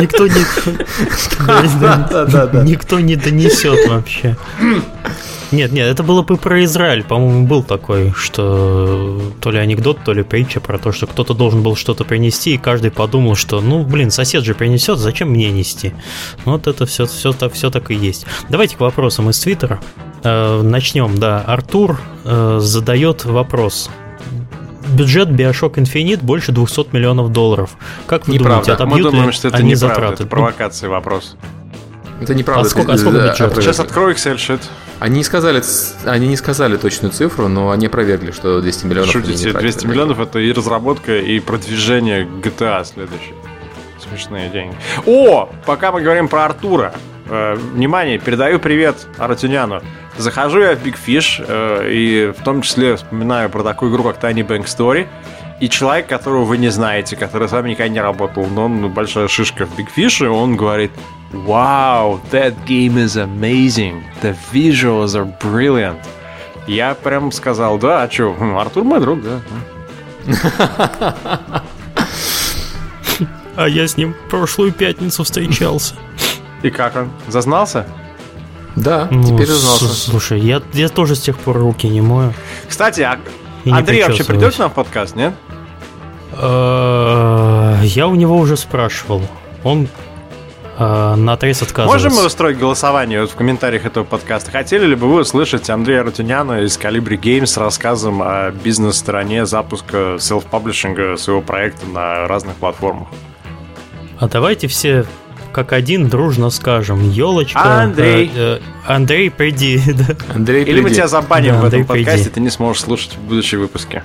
Никто не донесет вообще. Нет, это было бы про Израиль. По-моему, был такой, что то ли анекдот, то ли притча про то, что кто-то должен был что-то принести, и каждый подумал, что, сосед же принесет, зачем мне нести? Вот это все так и есть. Давайте к вопросам из Твиттера. Начнем, да. Артур задает вопрос. Бюджет Bioshock Infinite больше $200 миллионов. Как вы думаете, отобьют Мы думаем, что это они неправда, затраты? это провокация вопрос. Это неправда. А сколько бюджет? Сейчас открою Excel-шит. Они не сказали точную цифру, но они опровергли, что 200 миллионов. Шутите, 200 миллионов это и разработка, и продвижение GTA следующий. Смешные деньги. Пока мы говорим про Артура. Внимание, передаю привет Арутюняну. Захожу я в Big Fish, и в том числе вспоминаю про такую игру, как Tiny Bank Story. И человек, которого вы не знаете, который с вами никогда не работал, но он большая шишка в Big Fish, и он говорит: Wow, that game is amazing. The visuals are brilliant. Я прям сказал, да, а что, Артур мой друг, да. А я с ним прошлую пятницу встречался. И как он? Зазнался? Да, теперь зазнался. Слушай, я тоже с тех пор руки не мою. Кстати, Андрей вообще придет к нам в подкаст, нет? Я у него уже спрашивал. Он наотрез отказывается. Можем мы устроить голосование вот в комментариях этого подкаста? Хотели ли бы вы услышать Андрея Арутюняна из Colibri Games с рассказом о бизнес-стороне запуска селф-паблишинга своего проекта на разных платформах? А давайте все как один дружно скажем: елочка, Андрей, приди. Да. Андрей, или мы тебя забаним в этом подкасте, приди. ты не сможешь слушать в будущие выпуски.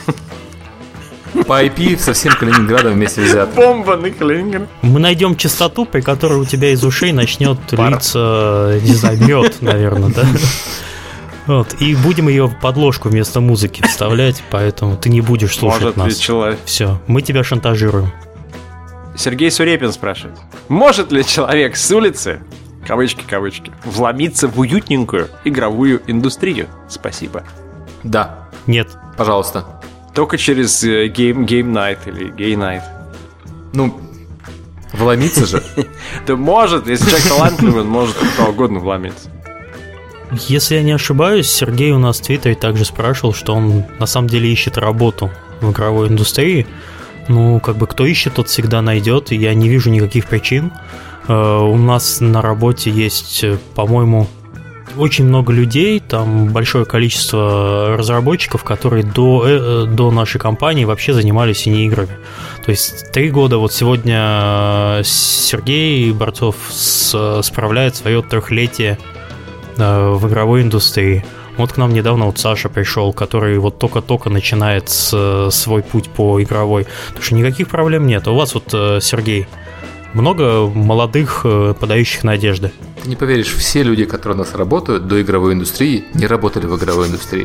По IP со всем Калининградом вместе взят. Бомба на Калининград. Мы найдем частоту, при которой у тебя из ушей начнет литься, не знаю, мед, наверное, да? Вот. И будем ее в подложку вместо музыки вставлять, поэтому ты не будешь слушать нас. Все, мы тебя шантажируем. Сергей Сурепин спрашивает: может ли человек с улицы, кавычки, вломиться в уютненькую игровую индустрию? Спасибо. Да. Нет. Пожалуйста. Только через Game Night или Gay Night. Ну, вломиться же. Да может, если человек талантливый, он может куда угодно вломиться. Если я не ошибаюсь, Сергей у нас в Твиттере также спрашивал, что он на самом деле ищет работу в игровой индустрии. Ну, как бы кто ищет, тот всегда найдет, и я не вижу никаких причин. У нас на работе есть, по-моему, очень много людей, там большое количество разработчиков, которые до нашей компании вообще занимались и не играми. То есть 3 года, вот сегодня Сергей Борцов справляет свое 3-летие в игровой индустрии. Вот к нам недавно вот Саша пришел, который вот только-только начинает свой путь по игровой. Потому что никаких проблем нет. У вас вот, Сергей, много молодых, подающих надежды. Ты не поверишь, все люди, которые у нас работают до игровой индустрии, не работали в игровой индустрии.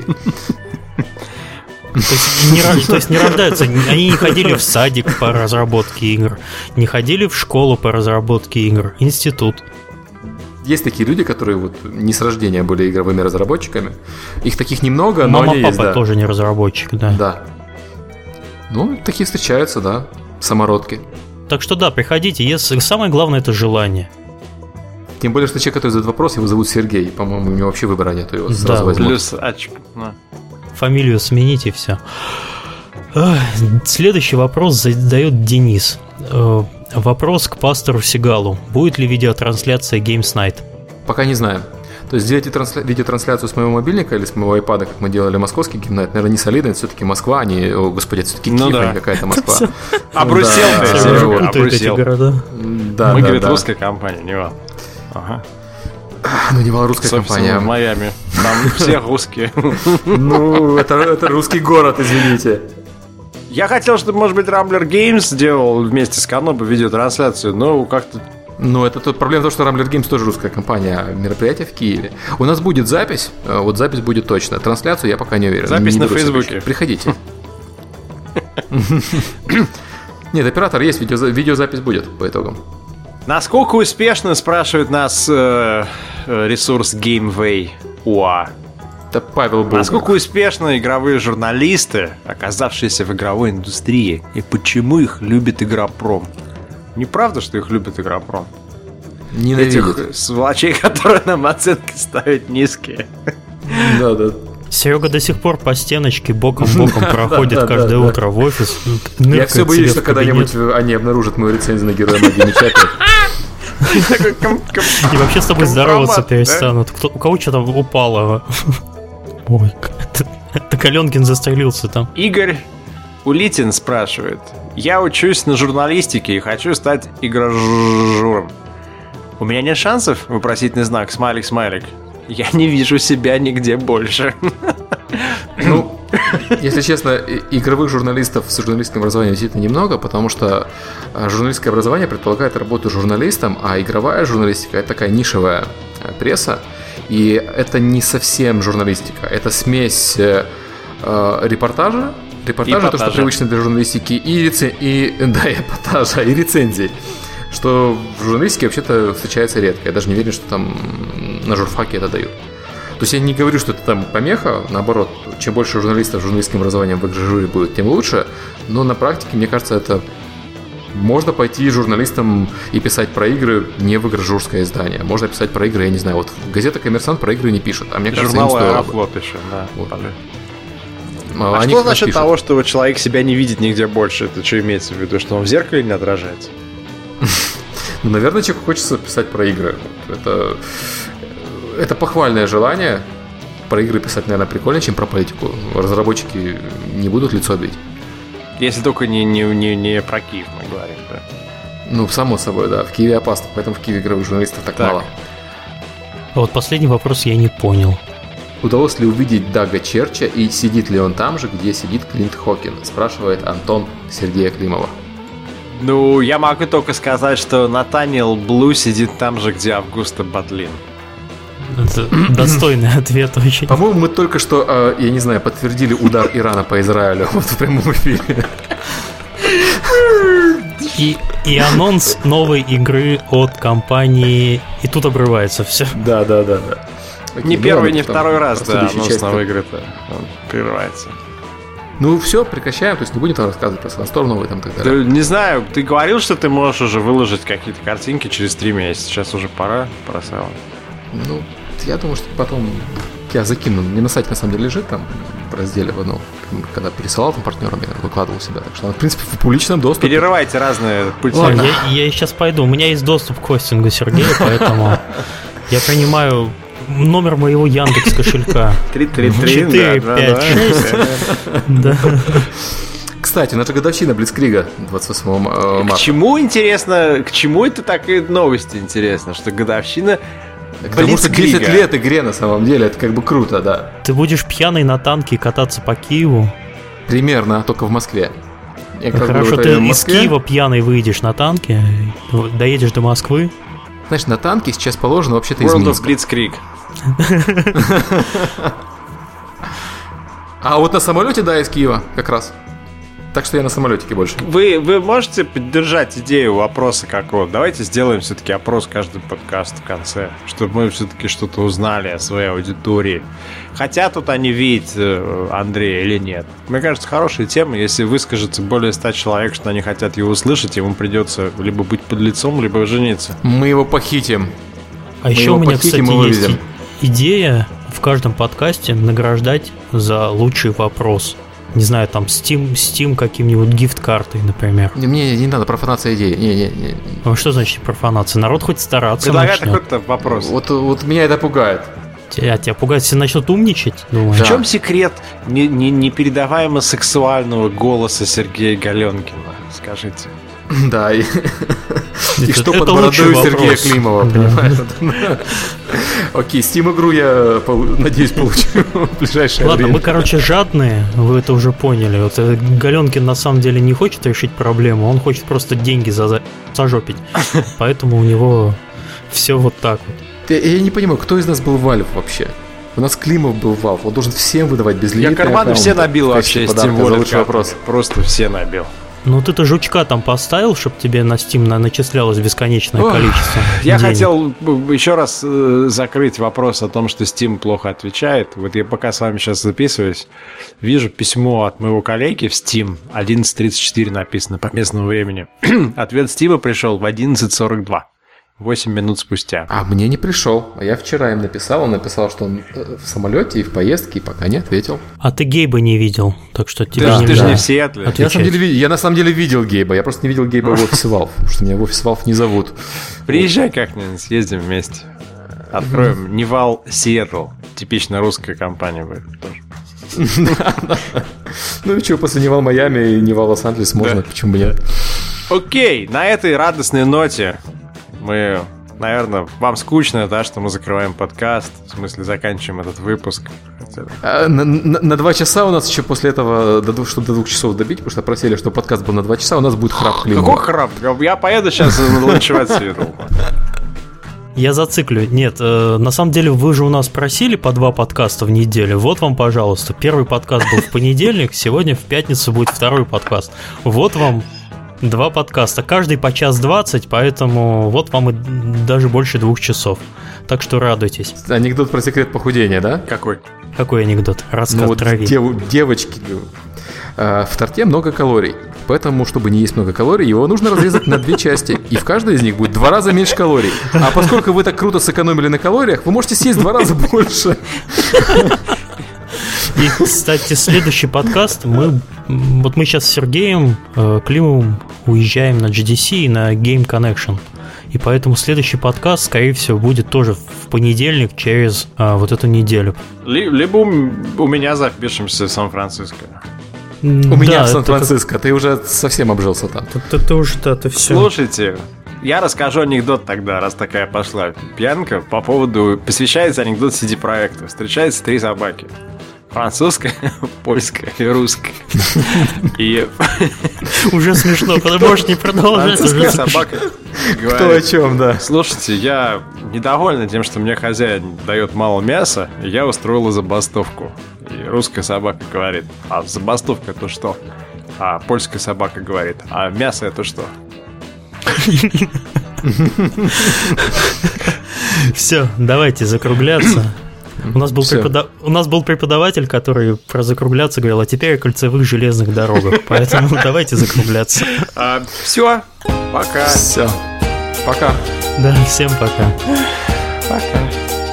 То есть не рождаются, они не ходили в садик по разработке игр, не ходили в школу по разработке игр, институт. Есть такие люди, которые вот не с рождения были игровыми разработчиками. Их таких немного, но они есть, да. Мама, папа тоже не разработчик, да. Да. Ну, такие встречаются, да, самородки. Так что да, приходите, если самое главное — это желание. Тем более, что человек, который задает вопрос, его зовут Сергей. По-моему, у него вообще выбора нет, его сразу возьмут. Плюс очко. Фамилию смените, и все. Следующий вопрос задает Денис. Вопрос к пастору Сигалу. Будет ли видеотрансляция Games Night? Пока не знаю. То есть сделать видеотрансляцию с моего мобильника или с моего iPad, как мы делали московский Game Night, наверное, не солидно. Это все-таки Москва, а не, о господи, это все-таки Киев, а не какая-то Москва. А Брюссель, эти города. Мы, говорит, русская компания, не вам. Ага. Ну, не русская компания. В Майами. Там все русские. Ну, это русский город, извините. Я хотел, чтобы, может быть, Rambler Games сделал вместе с Канобой видеотрансляцию, но как-то... Ну, это тут проблема в том, что Rambler Games тоже русская компания, а мероприятие в Киеве. У нас будет запись, вот запись будет точно. Трансляцию я пока не уверен. Запись на Фейсбуке. Приходите. Нет, оператор есть, видеозапись будет по итогам. Насколько успешно, спрашивает нас ресурс Gameway УА. Это Павел Булгаков. Насколько успешно игровые журналисты, оказавшиеся в игровой индустрии, и почему их любит Игропром? Неправда, что их любит Игропром? Ненавидят. Этих сволочей, которые нам оценки ставят низкие. Да. Серега до сих пор по стеночке боком-боком проходит каждое утро в офис. Я все боюсь, что когда-нибудь они обнаружат мою рецензию на Героя Магии Меча. И вообще с тобой здороваться перестанут. У кого что-то упало? Ой, это Каленкин застрелился там. Игорь Улитин спрашивает: я учусь на журналистике и хочу стать игрожуром. У меня нет шансов? Вопросительный знак, смайлик. Я не вижу себя нигде больше. Ну, если честно, игровых журналистов с журналистским образованием действительно немного, потому что журналистское образование предполагает работу журналистом, а игровая журналистика — это такая нишевая пресса, и это не совсем журналистика, это смесь репортажа, то, что привычно для журналистики, и эпатажа, и рецензий. что в журналистике вообще-то встречается редко. Я даже не уверен, что там на журфаке это дают. То есть я не говорю, что это там помеха, наоборот, чем больше журналистов с журналистским образованием в жюри будет, тем лучше, но на практике, мне кажется, это можно пойти журналистам и писать про игры не в игрожурское издание, можно писать про игры, я не знаю, вот газета «Коммерсант» про игры не пишет, а мне кажется, им стоило бы. Журналы еще, да. Вот. А что насчет того, что человек себя не видит нигде больше? Это что имеется в виду, что он в зеркале не отражается? Ну, наверное, человеку хочется писать про игры. Это похвальное желание. Про игры писать, наверное, прикольнее, чем про политику. Разработчики не будут лицо бить. Если только не про Киев мы говорим, да. Ну, само собой, да. В Киеве опасно, поэтому в Киеве игровых журналистов так мало. А вот последний вопрос я не понял. Удалось ли увидеть Дага Черча и сидит ли он там же, где сидит Клинт Хокин? Спрашивает Антон Сергея Климова. Ну, я могу только сказать, что Натаниэл Блу сидит там же, где Августа Батлин. Это достойный ответ очень. По-моему, мы только что, я не знаю, подтвердили удар Ирана по Израилю вот в прямом эфире. И анонс новой игры от компании... И тут обрывается все. Да. Не первый, не второй раз, да, анонс новой игры-то прерывается. Ну все, прекращаем, то есть не будем там рассказывать про Sandstorm новый там и так далее. Да, не знаю, ты говорил, что ты можешь уже выложить какие-то картинки через 3 месяца. Сейчас уже пора, просал. Ну, я думаю, что потом я закину. Не на сайте на самом деле лежит там в разделе в одном, когда пересылал там партнерам, я выкладывал себя. Так что, в принципе, в публичном доступе. Перерывайте разные пути. Ладно, я сейчас пойду. У меня есть доступ к хостингу Сергея, поэтому я принимаю номер моего Яндекс кошелька. 333 456. Да. Кстати, наша годовщина Блицкрига 28 марта. К чему, интересно, к чему это такие новости, интересно, что годовщина Потому что 10 лет игре на самом деле, это как бы круто, да. Ты будешь пьяный на танке кататься по Киеву? Примерно, только в Москве. Хорошо, ты из Киева пьяный выйдешь на танке, доедешь до Москвы. Знаешь, на танке сейчас положено вообще-то из Минска. World of Blitzkrieg. А вот на самолете, да, из Киева как раз. Так что я на самолетике больше. Вы можете поддержать идею вопроса какого? Давайте сделаем все-таки опрос каждый подкаст в конце, чтобы мы все-таки что-то узнали о своей аудитории. Хотят тут они видеть Андрея или нет? Мне кажется, хорошая тема. Если выскажется более 100 человек, что они хотят его услышать, ему придется либо быть подлецом, либо жениться. Мы его похитим. А еще у меня, кстати, есть идея в каждом подкасте награждать за лучший вопрос. Не знаю, там Steam каким-нибудь гифт-картой, например. Мне не надо, профанация идеи. Не. А что значит профанация? Народ хоть стараться начнет. Предлагай такой-то вопрос. Вот меня это пугает. Тебя пугает, все начнут умничать? Думаешь? В чем секрет непередаваемо сексуального голоса Сергея Галенкина? Скажите. Да, и что под бородой Сергея Климова, понимаешь? Окей, Steam-игру я, надеюсь, получу в ближайшее время. Ладно, мы, короче, жадные, вы это уже поняли. Вот Галенкин на самом деле не хочет решить проблему, он хочет просто деньги зажопить. Поэтому у него все вот так вот. Я не понимаю, кто из нас был Valve вообще? У нас Климов был Valve, он должен всем выдавать безлимитные аккаунты. Я карманы все набил вообще, Steam Wallet. Просто все набил. Ну ты-то жучка там поставил, чтобы тебе на Steam начислялось бесконечное количество Я хотел еще раз закрыть вопрос о том, что Steam плохо отвечает. Вот я пока с вами сейчас записываюсь, вижу письмо от моего коллеги в Steam. 11:34 написано по местному времени. Ответ Steam пришел в 11:42. 8 минут спустя. А мне не пришел. А я вчера им написал. Он написал, что он в самолете и в поездке, и пока не ответил. А ты Гейба не видел, так что тебе ты же не в Сиэтле. Я на самом деле видел Гейба. Я просто не видел Гейба в офисе Valve, потому что меня в офис Valve не зовут. Приезжай как-нибудь, съездим вместе. Откроем Невал Сиэтл. Типично русская компания будет тоже. Ну и что, после Невал Майами и Невал Лос-Анджелес можно, почему бы нет? Окей, на этой радостной ноте мы, наверное, вам скучно, да, что мы закрываем подкаст, в смысле заканчиваем этот выпуск. На 2 часа у нас еще после этого, чтобы до 2 часов добить, потому что просили, что подкаст был на 2 часа, у нас будет храп Климова. Какой храп? Я поеду сейчас ланчевать Сиэтл. Я зациклю. Нет, на самом деле вы же у нас просили по 2 подкаста в неделю. Вот вам, пожалуйста. Первый подкаст был в понедельник, сегодня в пятницу будет второй подкаст. Вот вам 2 подкаста, каждый по 1:20, поэтому вот вам и даже больше 2 часов. Так что радуйтесь. Анекдот про секрет похудения, да? Какой? Какой анекдот? Рассказ, ну, вот трави. Девочки, в торте много калорий. Поэтому, чтобы не есть много калорий, его нужно разрезать на 2 части. И в каждой из них будет 2 раза меньше калорий. А поскольку вы так круто сэкономили на калориях, вы можете съесть 2 раза больше. И, кстати, следующий подкаст мы сейчас с Сергеем Климовым уезжаем на GDC и на Game Connection. И поэтому следующий подкаст, скорее всего, будет тоже в понедельник через вот эту неделю. Либо у меня запишемся в Сан-Франциско. У меня в Сан-Франциско. Ты уже совсем обжился там. Ты уже, ты все. Слушайте, я расскажу анекдот тогда, раз такая пошла пьянка, по поводу... Посвящается анекдот CD-проекта. Встречаются 3 собаки. Французская, польская и русская. И... Уже смешно, можешь не продолжать. Французская собака говорит: кто о чем, да. Слушайте, я недовольна тем, что мне хозяин дает мало мяса, и я устроила забастовку. И русская собака говорит: а забастовка это что? А польская собака говорит: а мясо это что? Все, давайте закругляться. У нас был преподаватель, который про закругляться говорил, а теперь о кольцевых железных дорогах. Поэтому давайте закругляться. Все, пока. Все, пока. Да, всем пока. Пока.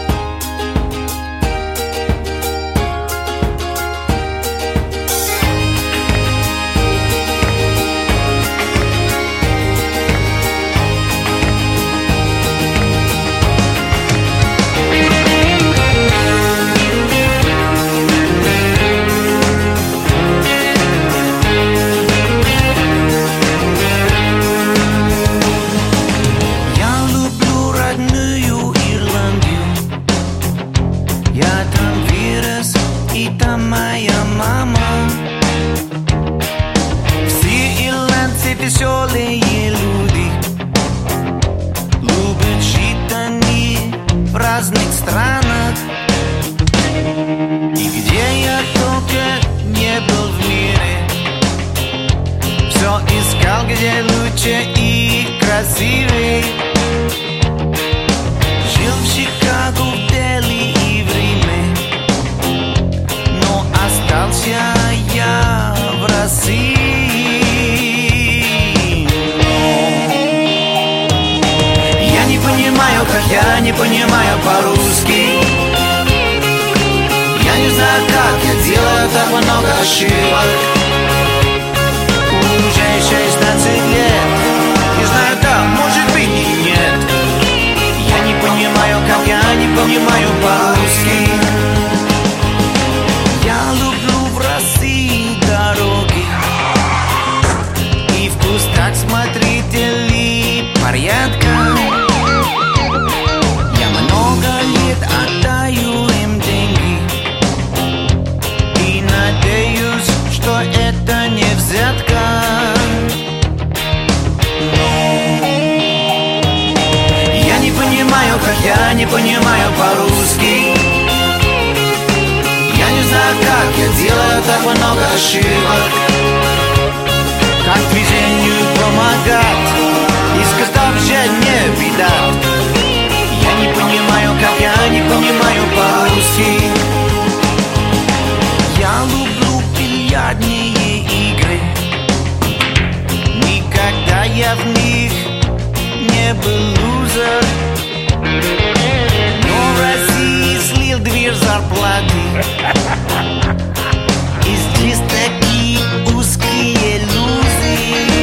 Веселые люди любят жить они в разных странах. И где я только не был в мире, все искал, где лучше и красивее. Жил в Чикаго, в Дели и в Риме, но остался я в России. Я не понимаю по-русски. Я не знаю, как я делаю так много ошибок. Уже 16 лет. Не знаю, да, может быть и нет. Я не понимаю, как я не понимаю по-русски. Я люблю в России дороги и в кустах смотрителей порядка. Отдаю им деньги и надеюсь, что это не взятка. Но я не понимаю, как я не понимаю по-русски. Я не знаю, как я делаю так много ошибок. Как движению помогать, из кустов же не видать. Я не понимаю, как я не понимаю по-русски. Я люблю бильярдные игры. Никогда я в них не был лузер. Но в России слил дверь зарплаты. И здесь такие узкие лузы.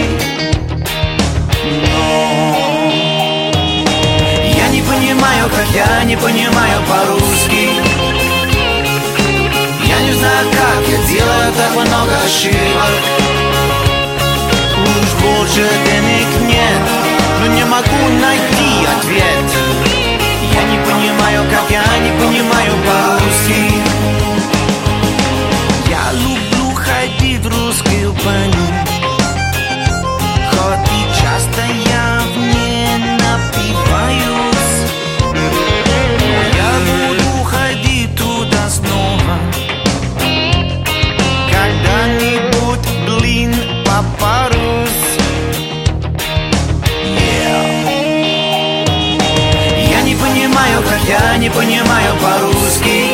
Как я не понимаю по-русски. Я не знаю, как я делаю так много ошибок. Уж больше денег нет, но не могу найти ответ. Я не понимаю, как я не понимаю по-русски. Я люблю ходить в русскую баню, хоть и часто я в ней напиваюсь. Я буду ходить туда снова когда-нибудь, блин, попарусь. по-русски.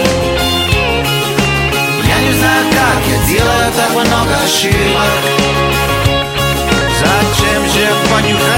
Я не знаю, как я делаю так много ошибок. Зачем же понюхать